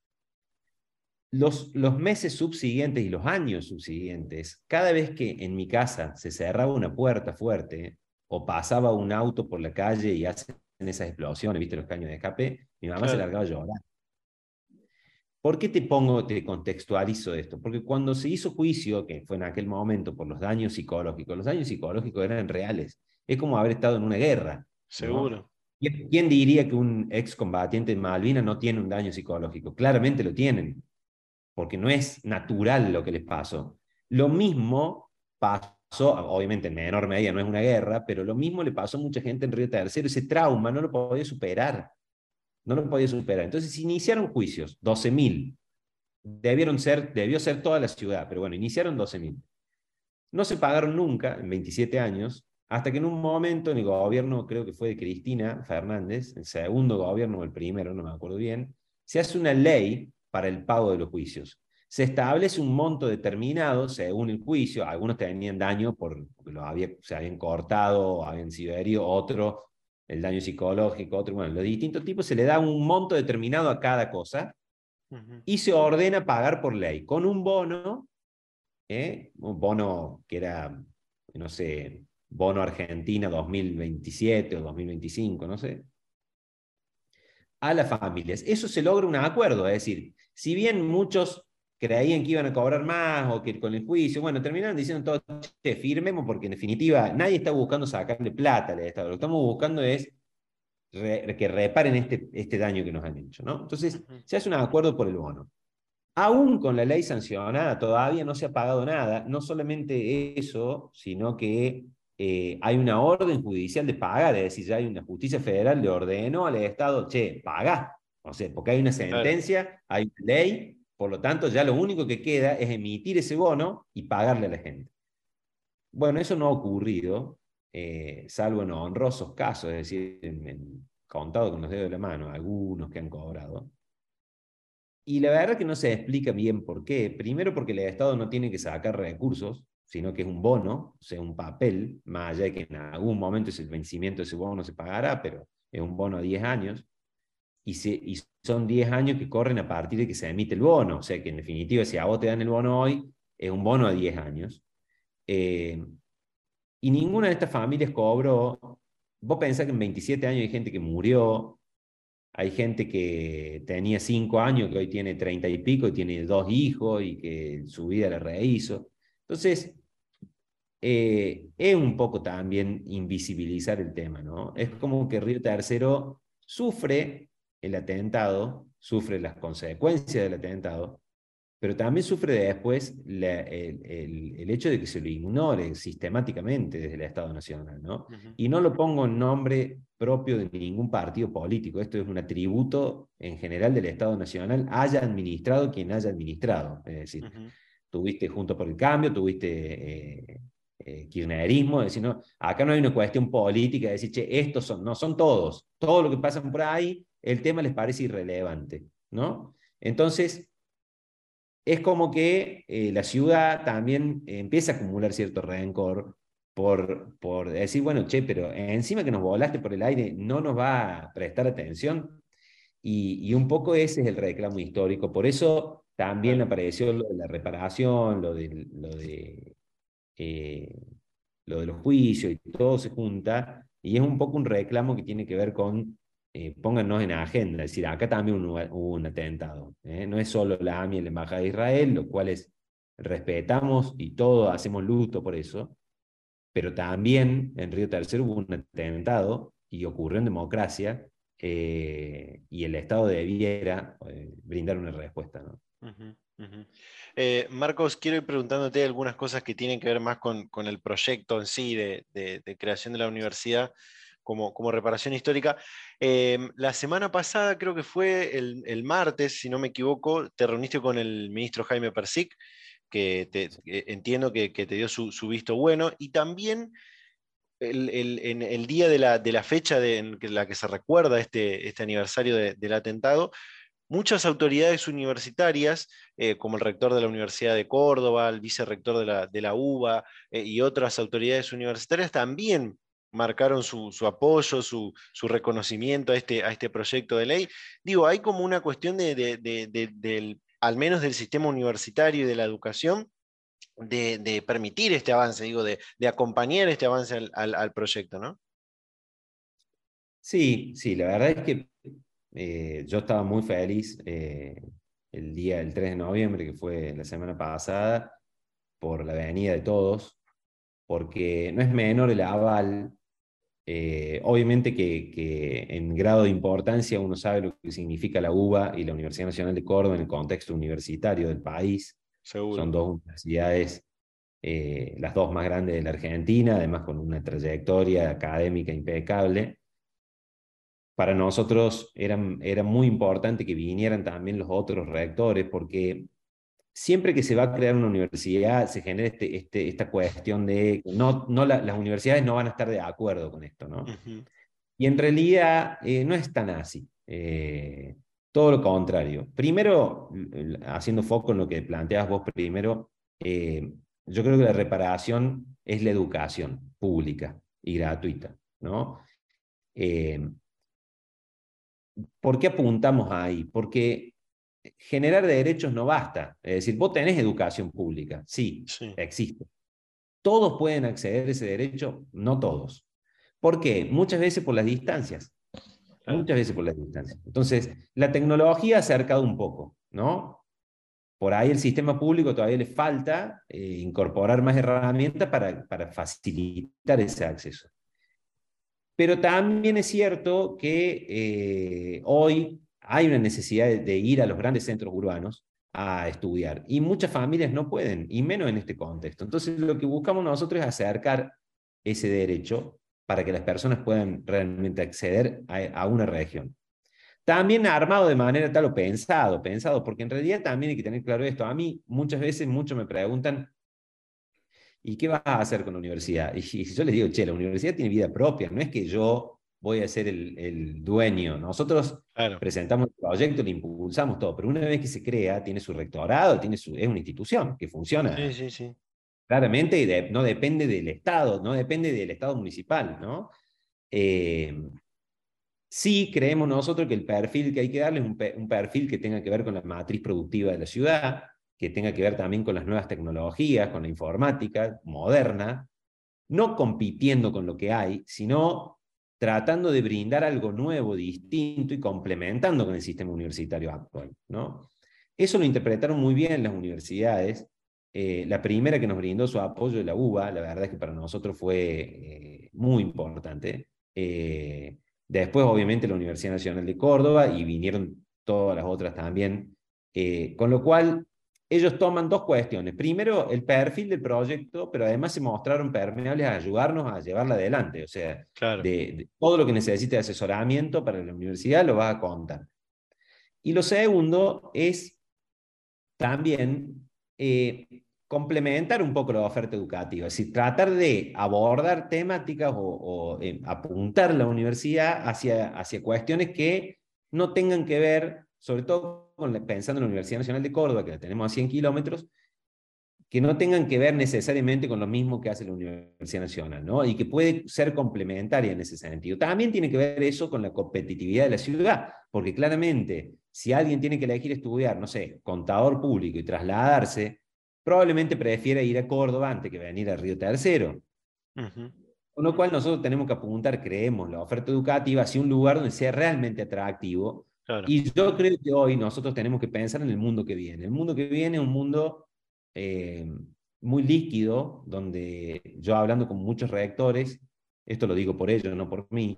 Los, los meses subsiguientes y los años subsiguientes, cada vez que en mi casa se cerraba una puerta fuerte o pasaba un auto por la calle y hacen esas explosiones, viste los caños de escape, mi mamá claro. se largaba a llorar. ¿Por qué te pongo, te contextualizo esto? Porque cuando se hizo juicio, que fue en aquel momento por los daños psicológicos, los daños psicológicos eran reales. Es como haber estado en una guerra. Seguro. ¿No? ¿Quién diría que un excombatiente de Malvinas no tiene un daño psicológico? Claramente lo tienen, porque no es natural lo que les pasó. Lo mismo pasó, obviamente en menor medida, no es una guerra, pero lo mismo le pasó a mucha gente en Río Tercero. Ese trauma no lo podía superar. No lo podía superar. Entonces iniciaron juicios, doce mil. Debieron ser, debió ser toda la ciudad, pero bueno, iniciaron doce mil. No se pagaron nunca, en veintisiete años, hasta que en un momento en el gobierno, creo que fue de Cristina Fernández, el segundo gobierno o el primero, no me acuerdo bien, se hace una ley para el pago de los juicios. Se establece un monto determinado según el juicio. Algunos tenían daño por, porque lo había, se habían cortado, habían sido heridos, otros el daño psicológico, otro, bueno, los distintos tipos, se le da un monto determinado a cada cosa uh-huh. y se ordena pagar por ley, con un bono, ¿eh? un bono que era, no sé, bono Argentina dos mil veintisiete o dos mil veinticinco, no sé, a las familias. Eso se logra un acuerdo, es decir, si bien muchos creían que iban a cobrar más o que con el juicio, bueno, terminaron diciendo todo, che, firmemos, porque en definitiva nadie está buscando sacarle plata al Estado, lo que estamos buscando es re, que reparen este, este daño que nos han hecho, ¿no? Entonces, se hace un acuerdo por el bono. Aún con la ley sancionada, todavía no se ha pagado nada, no solamente eso, sino que eh, hay una orden judicial de pagar, es decir, ya hay una justicia federal le ordenó al Estado, che, pagá, o sea, porque hay una sentencia, claro. hay una ley. Por lo tanto, ya lo único que queda es emitir ese bono y pagarle a la gente. Bueno, eso no ha ocurrido, eh, salvo en honrosos casos, es decir, en, en, contado con los dedos de la mano, algunos que han cobrado. Y la verdad que no se explica bien por qué. Primero porque el Estado no tiene que sacar recursos, sino que es un bono, o sea, un papel, más allá de que en algún momento ese vencimiento de ese bono se pagará, pero es un bono a diez años, y, se, y son diez años que corren a partir de que se emite el bono, o sea que en definitiva si a vos te dan el bono hoy, es un bono a diez años. Eh, y ninguna de estas familias cobró. Vos pensás que en veintisiete años hay gente que murió, hay gente que tenía cinco años, que hoy tiene treinta y pico, y tiene dos hijos, y que su vida la rehizo. Entonces, eh, es un poco también invisibilizar el tema, ¿no? Es como que Río Tercero sufre el atentado, sufre las consecuencias del atentado, pero también sufre después la, el, el, el hecho de que se lo ignore sistemáticamente desde el Estado Nacional, ¿no? Uh-huh. Y no lo pongo en nombre propio de ningún partido político, esto es un atributo en general del Estado Nacional, haya administrado quien haya administrado, es decir, uh-huh. tuviste Juntos por el Cambio, tuviste eh, eh, kirchnerismo, es decir, no, acá no hay una cuestión política de decir, che, estos son, no, son todos, todo lo que pasan por ahí, el tema les parece irrelevante, ¿no? Entonces, es como que eh, la ciudad también eh, empieza a acumular cierto rencor por, por decir, bueno, che, pero encima que nos volaste por el aire, no nos va a prestar atención. Y, y un poco ese es el reclamo histórico. Por eso también apareció lo de la reparación, lo de, lo de, eh, lo de los juicios, y todo se junta. Y es un poco un reclamo que tiene que ver con Eh, póngannos en agenda, es decir, acá también hubo, hubo un atentado, ¿eh? No es solo la A M I y la Embajada de Israel, los cuales respetamos y todos hacemos luto por eso, pero también en Río Tercero hubo un atentado y ocurrió en democracia, eh, y el Estado debiera eh, brindar una respuesta, ¿no? Uh-huh, uh-huh. Eh, Marcos, quiero ir preguntándote algunas cosas que tienen que ver más con, con el proyecto en sí de, de, de creación de la universidad. Como, como reparación histórica. Eh, la semana pasada, creo que fue el, el martes, si no me equivoco, te reuniste con el ministro Jaime Persic, que te, que entiendo que, que te dio su, su visto bueno, y también el, el, en el día de la, de la fecha de, en la que se recuerda este, este aniversario de, del atentado, muchas autoridades universitarias, eh, como el rector de la Universidad de Córdoba, el vicerrector de la, de la UBA eh, y otras autoridades universitarias también marcaron su, su apoyo, su, su, reconocimiento a este, a este proyecto de ley. Digo, hay como una cuestión de, de, de, de, del, al menos del sistema universitario y de la educación, de, de permitir este avance, digo, de, de acompañar este avance al, al, al proyecto, ¿no? Sí, sí, la verdad es que eh, yo estaba muy feliz eh, el día del tres de noviembre, que fue la semana pasada, por la venida de todos, porque no es menor el aval. Eh, obviamente que, que en grado de importancia uno sabe lo que significa la UBA y la Universidad Nacional de Córdoba en el contexto universitario del país. Seguro. Son dos universidades, eh, las dos más grandes de la Argentina, además con una trayectoria académica impecable. Para nosotros era, era muy importante que vinieran también los otros rectores, porque siempre que se va a crear una universidad se genera este, este, esta cuestión de que no, no la, las universidades no van a estar de acuerdo con esto, ¿no? Uh-huh. Y en realidad eh, no es tan así. Eh, todo lo contrario. Primero, haciendo foco en lo que planteas vos primero, eh, yo creo que la reparación es la educación pública y gratuita, ¿no? Eh, ¿Por qué apuntamos ahí? Porque generar derechos no basta. Es decir, vos tenés educación pública, sí, sí, existe. ¿Todos pueden acceder a ese derecho? No todos. ¿Por qué? Muchas veces por las distancias. Muchas veces por las distancias. Entonces, la tecnología ha acercado un poco, ¿no? Por ahí el sistema público todavía le falta eh, incorporar más herramientas para, para facilitar ese acceso. Pero también es cierto que eh, hoy hay una necesidad de, de ir a los grandes centros urbanos a estudiar, y muchas familias no pueden, y menos en este contexto. Entonces lo que buscamos nosotros es acercar ese derecho para que las personas puedan realmente acceder a, a una región. También armado de manera tal o pensado, pensado, porque en realidad también hay que tener claro esto. A mí muchas veces muchos me preguntan, ¿y qué vas a hacer con la universidad? Y, y yo les digo, che, la universidad tiene vida propia, no es que yo voy a ser el, el dueño. Nosotros Claro. presentamos el proyecto, le impulsamos todo, pero una vez que se crea, tiene su rectorado, tiene su, es una institución que funciona Sí, sí, sí. claramente y de, no depende del Estado, no depende del Estado municipal, ¿no? Eh, sí creemos nosotros que el perfil que hay que darle es un, pe un perfil que tenga que ver con la matriz productiva de la ciudad, que tenga que ver también con las nuevas tecnologías, con la informática moderna, no compitiendo con lo que hay, sino tratando de brindar algo nuevo, distinto y complementando con el sistema universitario actual, ¿no? Eso lo interpretaron muy bien las universidades. Eh, la primera que nos brindó su apoyo de la U B A, la verdad es que para nosotros fue eh, muy importante. Eh, después, obviamente, la Universidad Nacional de Córdoba y vinieron todas las otras también. Eh, con lo cual, ellos toman dos cuestiones. Primero, el perfil del proyecto, pero además se mostraron permeables a ayudarnos a llevarla adelante. O sea, Claro. de, de todo lo que necesite de asesoramiento para la universidad lo vas a contar. Y lo segundo es también eh, complementar un poco la oferta educativa, es decir, tratar de abordar temáticas o, o eh, apuntar la universidad hacia, hacia cuestiones que no tengan que ver, sobre todo con la, pensando en la Universidad Nacional de Córdoba, que la tenemos a cien kilómetros, que no tengan que ver necesariamente con lo mismo que hace la Universidad Nacional, ¿no? Y que puede ser complementaria en ese sentido. También tiene que ver eso con la competitividad de la ciudad, porque claramente, si alguien tiene que elegir estudiar, no sé, contador público y trasladarse, probablemente prefiera ir a Córdoba antes que venir a Río Tercero. Uh-huh. Con lo cual nosotros tenemos que apuntar, creemos, la oferta educativa hacia un lugar donde sea realmente atractivo. Claro. Y yo creo que hoy nosotros tenemos que pensar en el mundo que viene. El mundo que viene es un mundo eh, muy líquido, donde yo hablando con muchos rectores, esto lo digo por ellos, no por mí,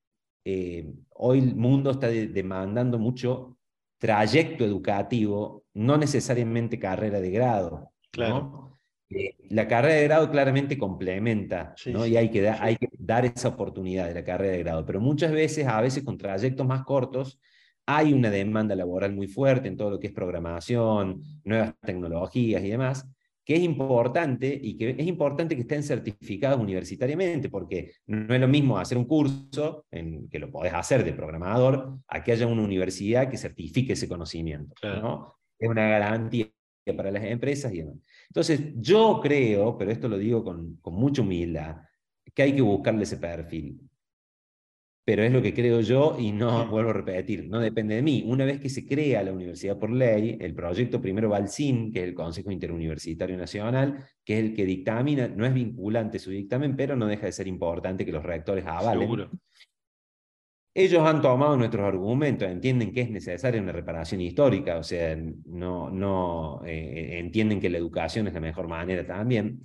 eh, hoy el mundo está de, demandando mucho trayecto educativo, no necesariamente carrera de grado, Claro. ¿no? Eh, la carrera de grado claramente complementa, Sí, ¿no? sí. Y hay que, da, hay que dar esa oportunidad de la carrera de grado, pero muchas veces, a veces con trayectos más cortos, hay una demanda laboral muy fuerte en todo lo que es programación, nuevas tecnologías y demás, que es importante y que es importante que estén certificados universitariamente, porque no es lo mismo hacer un curso, en, que lo podés hacer de programador, a que haya una universidad que certifique ese conocimiento, Claro. ¿no? Es una garantía para las empresas y demás. Entonces, yo creo, pero esto lo digo con, con mucha humildad, que hay que buscarle ese perfil. Pero es lo que creo yo y no, vuelvo a repetir, no depende de mí. Una vez que se crea la universidad por ley, el proyecto primero va al C I N, que es el Consejo Interuniversitario Nacional, que es el que dictamina, no es vinculante su dictamen, pero no deja de ser importante que los rectores avalen. Seguro. Ellos han tomado nuestros argumentos, entienden que es necesaria una reparación histórica, o sea, no, no eh, entienden que la educación es la mejor manera también.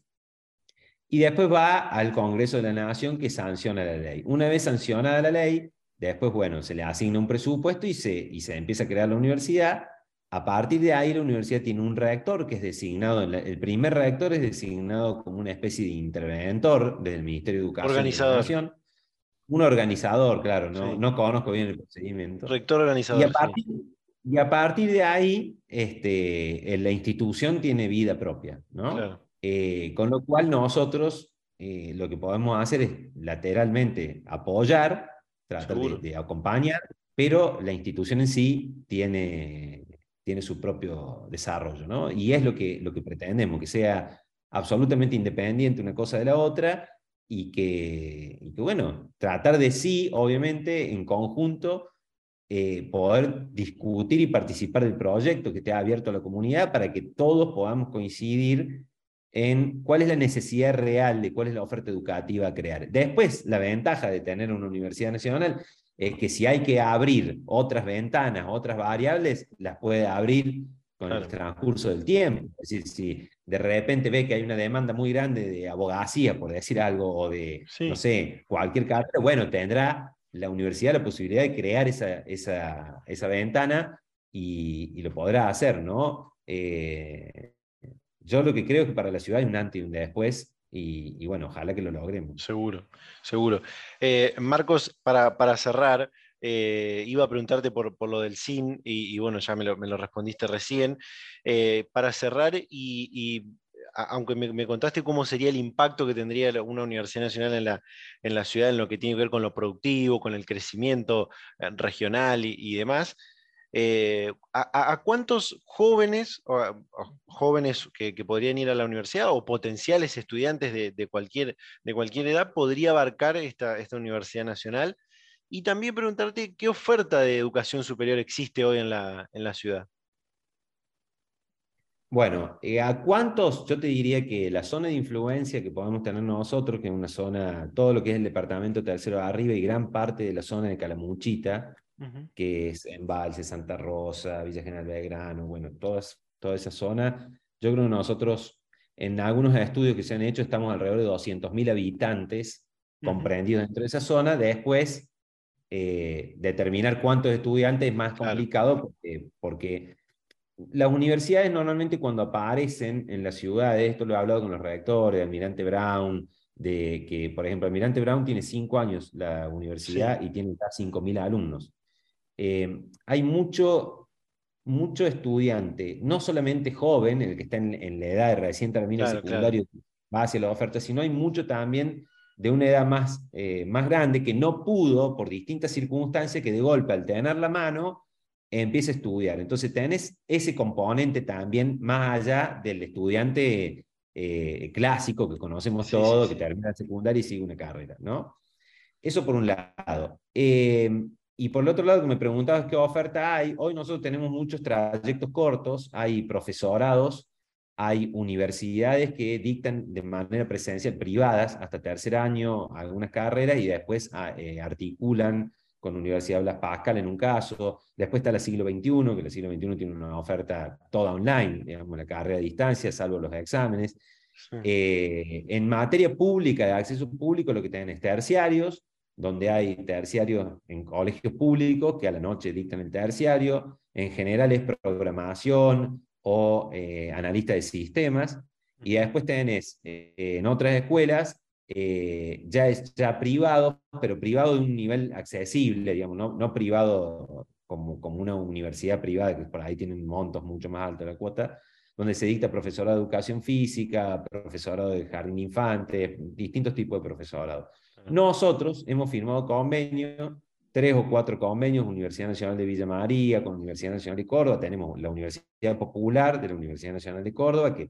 Y después va al Congreso de la Nación que sanciona la ley. Una vez sancionada la ley, después, bueno, se le asigna un presupuesto y se, y se empieza a crear la universidad. A partir de ahí, la universidad tiene un rector que es designado, el primer rector es designado como una especie de interventor del Ministerio de Educación Organizador. de la Nación. Un organizador, claro, no, Sí. no conozco bien el procedimiento. Rector organizador. Y a partir, sí. y a partir de ahí, este, la institución tiene vida propia, ¿no? Claro. Eh, con lo cual nosotros eh, lo que podemos hacer es lateralmente apoyar, tratar de, de acompañar, pero la institución en sí tiene, tiene su propio desarrollo, ¿no? Y es lo que, lo que pretendemos, que sea absolutamente independiente una cosa de la otra y que, y que bueno, tratar de sí, obviamente, en conjunto, Eh, poder discutir y participar del proyecto que esté abierto a la comunidad para que todos podamos coincidir en cuál es la necesidad real de cuál es la oferta educativa a crear. Después, la ventaja de tener una universidad nacional es que si hay que abrir otras ventanas, otras variables, las puede abrir con Claro. el transcurso del tiempo. Es decir, si de repente ve que hay una demanda muy grande de abogacía, por decir algo, o de, Sí. no sé, cualquier carrera, bueno, tendrá la universidad la posibilidad de crear esa, esa, esa ventana y, y lo podrá hacer, ¿no? Eh, yo lo que creo es que para la ciudad hay un antes y un después, y, y bueno, ojalá que lo logremos. Seguro, seguro. Eh, Marcos, para, para cerrar, eh, iba a preguntarte por, por lo del C I N, y, y bueno, ya me lo, me lo respondiste recién. Eh, para cerrar y, y a, aunque me, me contaste cómo sería el impacto que tendría una universidad nacional en la, en la ciudad en lo que tiene que ver con lo productivo, con el crecimiento eh, regional y, y demás, eh, a, a cuántos jóvenes, o a- o jóvenes que, que podrían ir a la universidad o potenciales estudiantes de, de cualquier, de cualquier edad podría abarcar esta, esta Universidad Nacional? Y también preguntarte qué oferta de educación superior existe hoy en la, en la ciudad. Bueno, eh, ¿a cuántos? Yo te diría que la zona de influencia que podemos tener nosotros, que es una zona, todo lo que es el departamento tercero de arriba y gran parte de la zona de Calamuchita, Ujú. que es Embalse, Santa Rosa, Villa General Belgrano, bueno, todas, toda esa zona. Yo creo que nosotros, en algunos estudios que se han hecho, estamos alrededor de doscientos mil habitantes Ujú. comprendidos dentro de esa zona. Después, eh, determinar cuántos estudiantes es más Claro, complicado porque, porque las universidades normalmente cuando aparecen en las ciudades, esto lo he hablado con los rectores, de Almirante Brown, de que, por ejemplo, Almirante Brown tiene cinco años la sí, universidad y tiene ya cinco mil alumnos. Eh, hay mucho, mucho estudiante, no solamente joven, el que está en, en la edad de recién termina el claro, claro. secundario, va hacia la oferta, sino hay mucho también de una edad más, eh, más grande que no pudo, por distintas circunstancias, que de golpe al tener la mano, empieza a estudiar. Entonces tenés ese componente también, más allá del estudiante eh, clásico que conocemos Sí, sí, todos, que sí. termina el secundario y sigue una carrera, ¿no? Eso por un lado. Eh, y por el otro lado, que me preguntabas qué oferta hay, hoy nosotros tenemos muchos trayectos cortos, hay profesorados, hay universidades que dictan de manera presencial privadas hasta tercer año algunas carreras y después eh, articulan con Universidad Blas Pascal en un caso. Después está la siglo veintiuno, que la siglo veintiuno tiene una oferta toda online, digamos, la carrera a distancia, salvo los exámenes. Sí. Eh, en materia pública, de acceso público, lo que tienen es terciarios, donde hay terciarios en colegios públicos que a la noche dictan el terciario. En general es programación o eh, analista de sistemas. Y Ujú. después tenés eh, en otras escuelas, eh, ya es ya privado, pero privado de un nivel accesible, digamos, no, no privado como, como una universidad privada, que por ahí tienen montos mucho más altos la cuota, donde se dicta profesorado de educación física, profesorado de jardín de infantes, distintos tipos de profesorado. Claro. Nosotros hemos firmado convenios, tres o cuatro convenios, Universidad Nacional de Villa María, con Universidad Nacional de Córdoba, tenemos la Universidad Popular de la Universidad Nacional de Córdoba, que,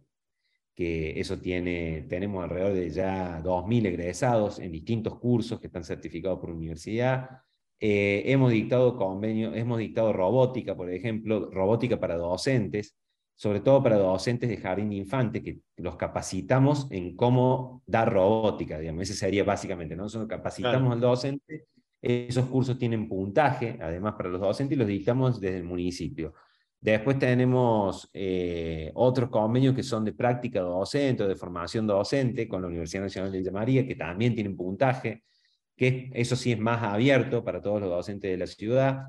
que eso tiene, tenemos alrededor de ya dos mil egresados en distintos cursos que están certificados por la universidad. Eh, hemos dictado convenios, hemos dictado robótica, por ejemplo, robótica para docentes, sobre todo para docentes de jardín de infantes, que los capacitamos en cómo dar robótica, digamos, ese sería básicamente, ¿no? Nosotros Claro. capacitamos al docente, esos cursos tienen puntaje, además para los docentes, y los dictamos desde el municipio. Después tenemos eh, otros convenios que son de práctica docente o de formación docente con la Universidad Nacional de Villa María, que también tienen puntaje, que eso sí es más abierto para todos los docentes de la ciudad.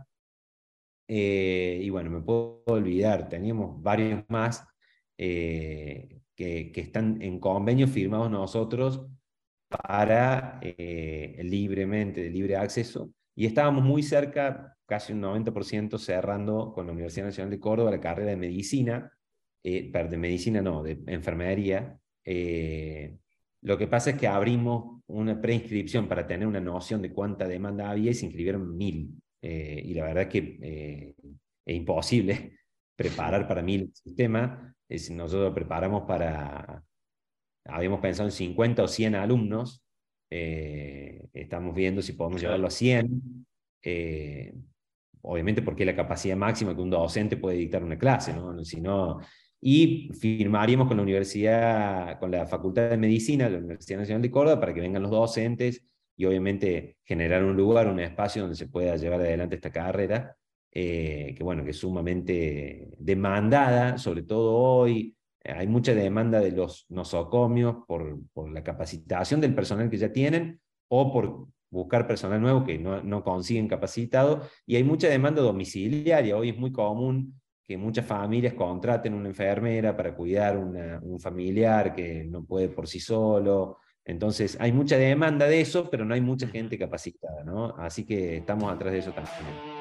Eh, y bueno, me puedo olvidar, teníamos varios más eh, que, que están en convenios firmados nosotros para eh, libremente, de libre acceso, y estábamos muy cerca, casi un noventa por ciento cerrando con la Universidad Nacional de Córdoba la carrera de medicina, eh, perdón, de medicina no, de enfermería. Eh, lo que pasa es que abrimos una preinscripción para tener una noción de cuánta demanda había y se inscribieron mil. Eh, y la verdad es que eh, es imposible preparar para mil el sistema. Es, nosotros preparamos para, habíamos pensado en cincuenta o cien alumnos, eh, estamos viendo si podemos llevarlo Claro. a cien, eh, obviamente porque es la capacidad máxima que un docente puede dictar una clase, ¿no? Si no, y firmaríamos con la universidad, con la Facultad de Medicina de la Universidad Nacional de Córdoba para que vengan los docentes y obviamente generar un lugar, un espacio donde se pueda llevar adelante esta carrera, eh, que bueno, que es sumamente demandada, sobre todo hoy. Hay mucha demanda de los nosocomios por, por la capacitación del personal que ya tienen o por buscar personal nuevo que no, no consiguen capacitado, y hay mucha demanda domiciliaria. Hoy es muy común que muchas familias contraten una enfermera para cuidar una, un familiar que no puede por sí solo. Entonces hay mucha demanda de eso, pero no hay mucha Ujú. gente capacitada, ¿no? Así que estamos atrás de eso también.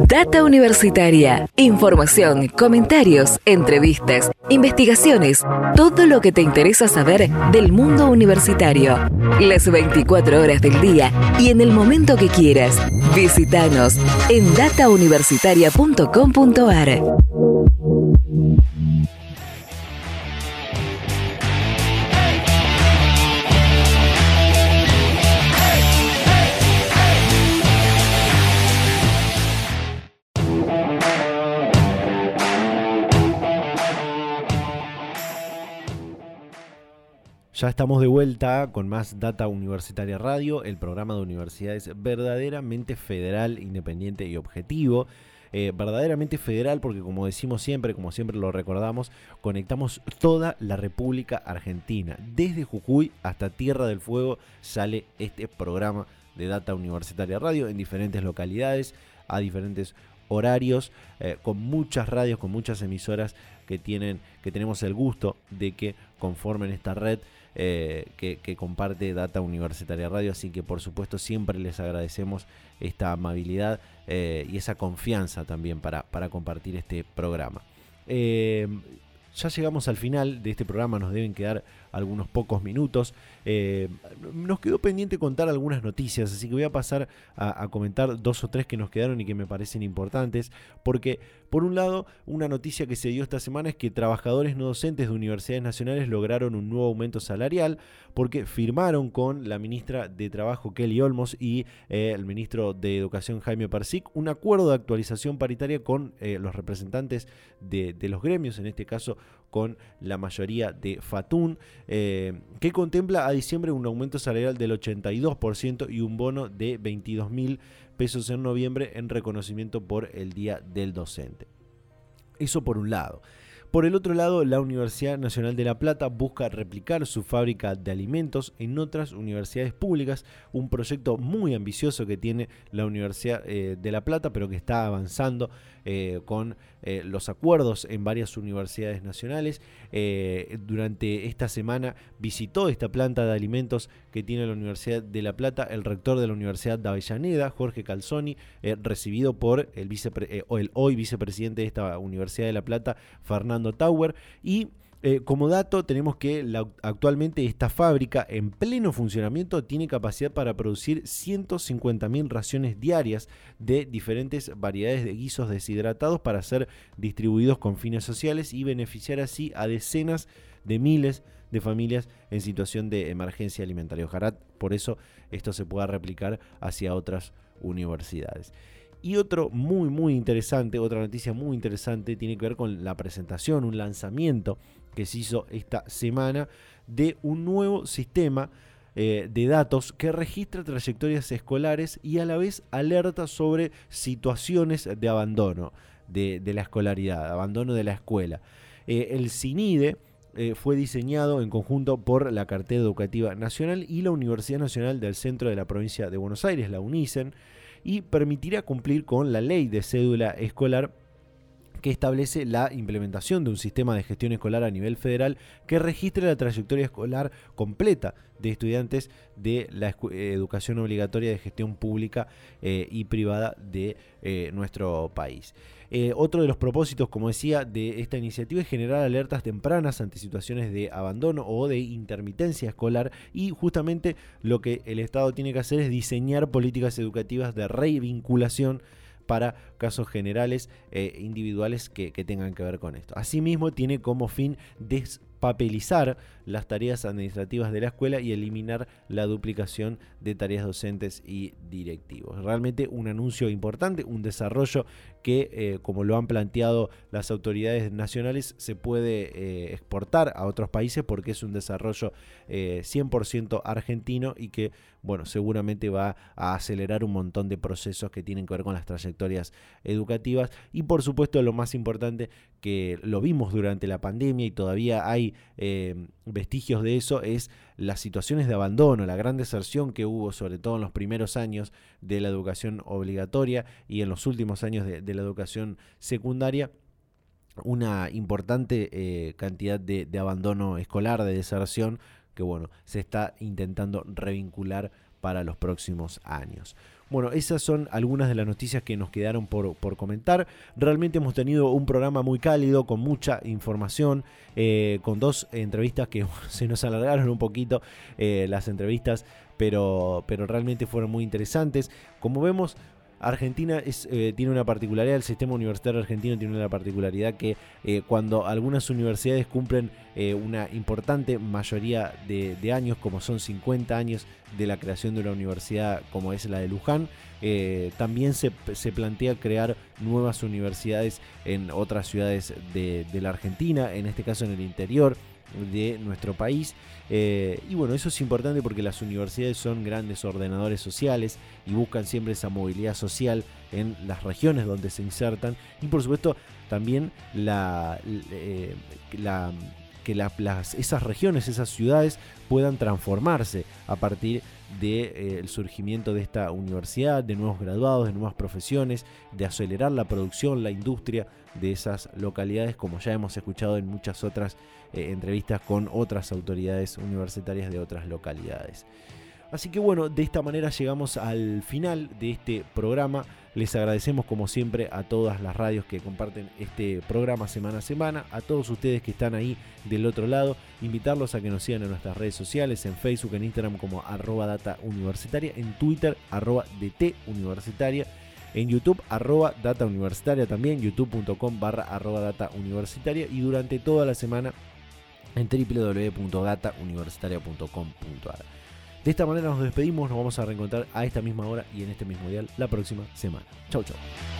Data Universitaria. Información, comentarios, entrevistas, investigaciones, todo lo que te interesa saber del mundo universitario. Las veinticuatro horas del día y en el momento que quieras. Visítanos en data universitaria punto com punto a r. Ya estamos de vuelta con más Data Universitaria Radio, el programa de universidades verdaderamente federal, independiente y objetivo. Eh, verdaderamente federal porque, como decimos siempre, como siempre lo recordamos, conectamos toda la República Argentina. Desde Jujuy hasta Tierra del Fuego sale este programa de Data Universitaria Radio en diferentes localidades, a diferentes horarios, eh, con muchas radios, con muchas emisoras que tienen, que tenemos el gusto de que conformen esta red eh, que, que comparte Data Universitaria Radio. Así que, por supuesto, siempre les agradecemos esta amabilidad eh, y esa confianza también para, para compartir este programa. Eh, ya llegamos al final de este programa, nos deben quedar algunos pocos minutos. Eh, nos quedó pendiente contar algunas noticias, así que voy a pasar a, a comentar dos o tres que nos quedaron y que me parecen importantes, porque por un lado, una noticia que se dio esta semana es que trabajadores no docentes de universidades nacionales lograron un nuevo aumento salarial porque firmaron con la ministra de Trabajo Kelly Olmos y eh, el ministro de Educación Jaime Persic un acuerdo de actualización paritaria con eh, los representantes de, de los gremios, en este caso con la mayoría de FATUN, eh, que contempla a diciembre un aumento salarial del ochenta y dos por ciento y un bono de veintidós mil pesos en noviembre en reconocimiento por el Día del Docente. Eso por un lado. Por el otro lado, la Universidad Nacional de La Plata busca replicar su fábrica de alimentos en otras universidades públicas, un proyecto muy ambicioso que tiene la Universidad eh, de La Plata, pero que está avanzando eh, con eh, los acuerdos en varias universidades nacionales. Eh, durante esta semana visitó esta planta de alimentos que tiene la Universidad de La Plata el rector de la Universidad de Avellaneda, Jorge Calzoni, eh, recibido por el, vicepre- eh, o el hoy vicepresidente de esta Universidad de La Plata, Fernando Tauer. Y eh, como dato tenemos que la, actualmente esta fábrica en pleno funcionamiento tiene capacidad para producir ciento cincuenta mil raciones diarias de diferentes variedades de guisos deshidratados para ser distribuidos con fines sociales y beneficiar así a decenas de miles de familias en situación de emergencia alimentaria. Ojalá por eso esto se pueda replicar hacia otras universidades. Y otro muy muy interesante, otra noticia muy interesante tiene que ver con la presentación, un lanzamiento que se hizo esta semana de un nuevo sistema eh, de datos que registra trayectorias escolares y a la vez alerta sobre situaciones de abandono de, de la escolaridad, abandono de la escuela. Eh, el CINIDE eh, fue diseñado en conjunto por la Cartera Educativa Nacional y la Universidad Nacional del Centro de la Provincia de Buenos Aires, la UNICEN, y permitirá cumplir con la ley de cédula escolar que establece la implementación de un sistema de gestión escolar a nivel federal que registre la trayectoria escolar completa de estudiantes de la educación obligatoria de gestión pública eh, y privada de eh, nuestro país. Eh, otro de los propósitos, como decía, de esta iniciativa es generar alertas tempranas ante situaciones de abandono o de intermitencia escolar, y justamente lo que el Estado tiene que hacer es diseñar políticas educativas de revinculación para casos generales e eh, individuales que, que tengan que ver con esto. Asimismo, tiene como fin despapelizar las tareas administrativas de la escuela y eliminar la duplicación de tareas docentes y directivos. Realmente un anuncio importante, un desarrollo que, eh, como lo han planteado las autoridades nacionales, se puede eh, exportar a otros países porque es un desarrollo eh, cien por ciento argentino y que, bueno, seguramente va a acelerar un montón de procesos que tienen que ver con las trayectorias educativas. Y por supuesto, lo más importante, que lo vimos durante la pandemia y todavía hay eh, vestigios de eso, es las situaciones de abandono, la gran deserción que hubo, sobre todo en los primeros años de la educación obligatoria y en los últimos años de, de la educación secundaria. Una importante eh, cantidad de, de abandono escolar, de deserción, que bueno, se está intentando revincular para los próximos años. Bueno, esas son algunas de las noticias que nos quedaron por, por comentar. Realmente hemos tenido un programa muy cálido, con mucha información, eh, con dos entrevistas que se nos alargaron un poquito eh, las entrevistas, pero, pero realmente fueron muy interesantes. Como vemos, Argentina es, eh, tiene una particularidad, el sistema universitario argentino tiene una particularidad que eh, cuando algunas universidades cumplen eh, una importante mayoría de, de años, como son cincuenta años de la creación de una universidad como es la de Luján, eh, también se, se plantea crear nuevas universidades en otras ciudades de, de la Argentina, en este caso en el interior de nuestro país. Eh, y bueno, eso es importante porque las universidades son grandes ordenadores sociales y buscan siempre esa movilidad social en las regiones donde se insertan, y por supuesto también la, eh, la, que la, las, esas regiones, esas ciudades puedan transformarse a partir del de, eh, surgimiento de esta universidad, de nuevos graduados, de nuevas profesiones, de acelerar la producción, la industria de esas localidades, como ya hemos escuchado en muchas otras eh, entrevistas con otras autoridades universitarias de otras localidades. Así que bueno, de esta manera llegamos al final de este programa. Les agradecemos como siempre a todas las radios que comparten este programa semana a semana, a todos ustedes que están ahí del otro lado, invitarlos a que nos sigan en nuestras redes sociales, en Facebook, en Instagram como arroba data universitaria, en Twitter arroba dt universitaria, en YouTube arroba data universitaria también, youtube.com barra arroba data universitaria, y durante toda la semana en w w w punto data universitaria punto com punto a r. De esta manera nos despedimos, nos vamos a reencontrar a esta misma hora y en este mismo dial la próxima semana. Chau, chau.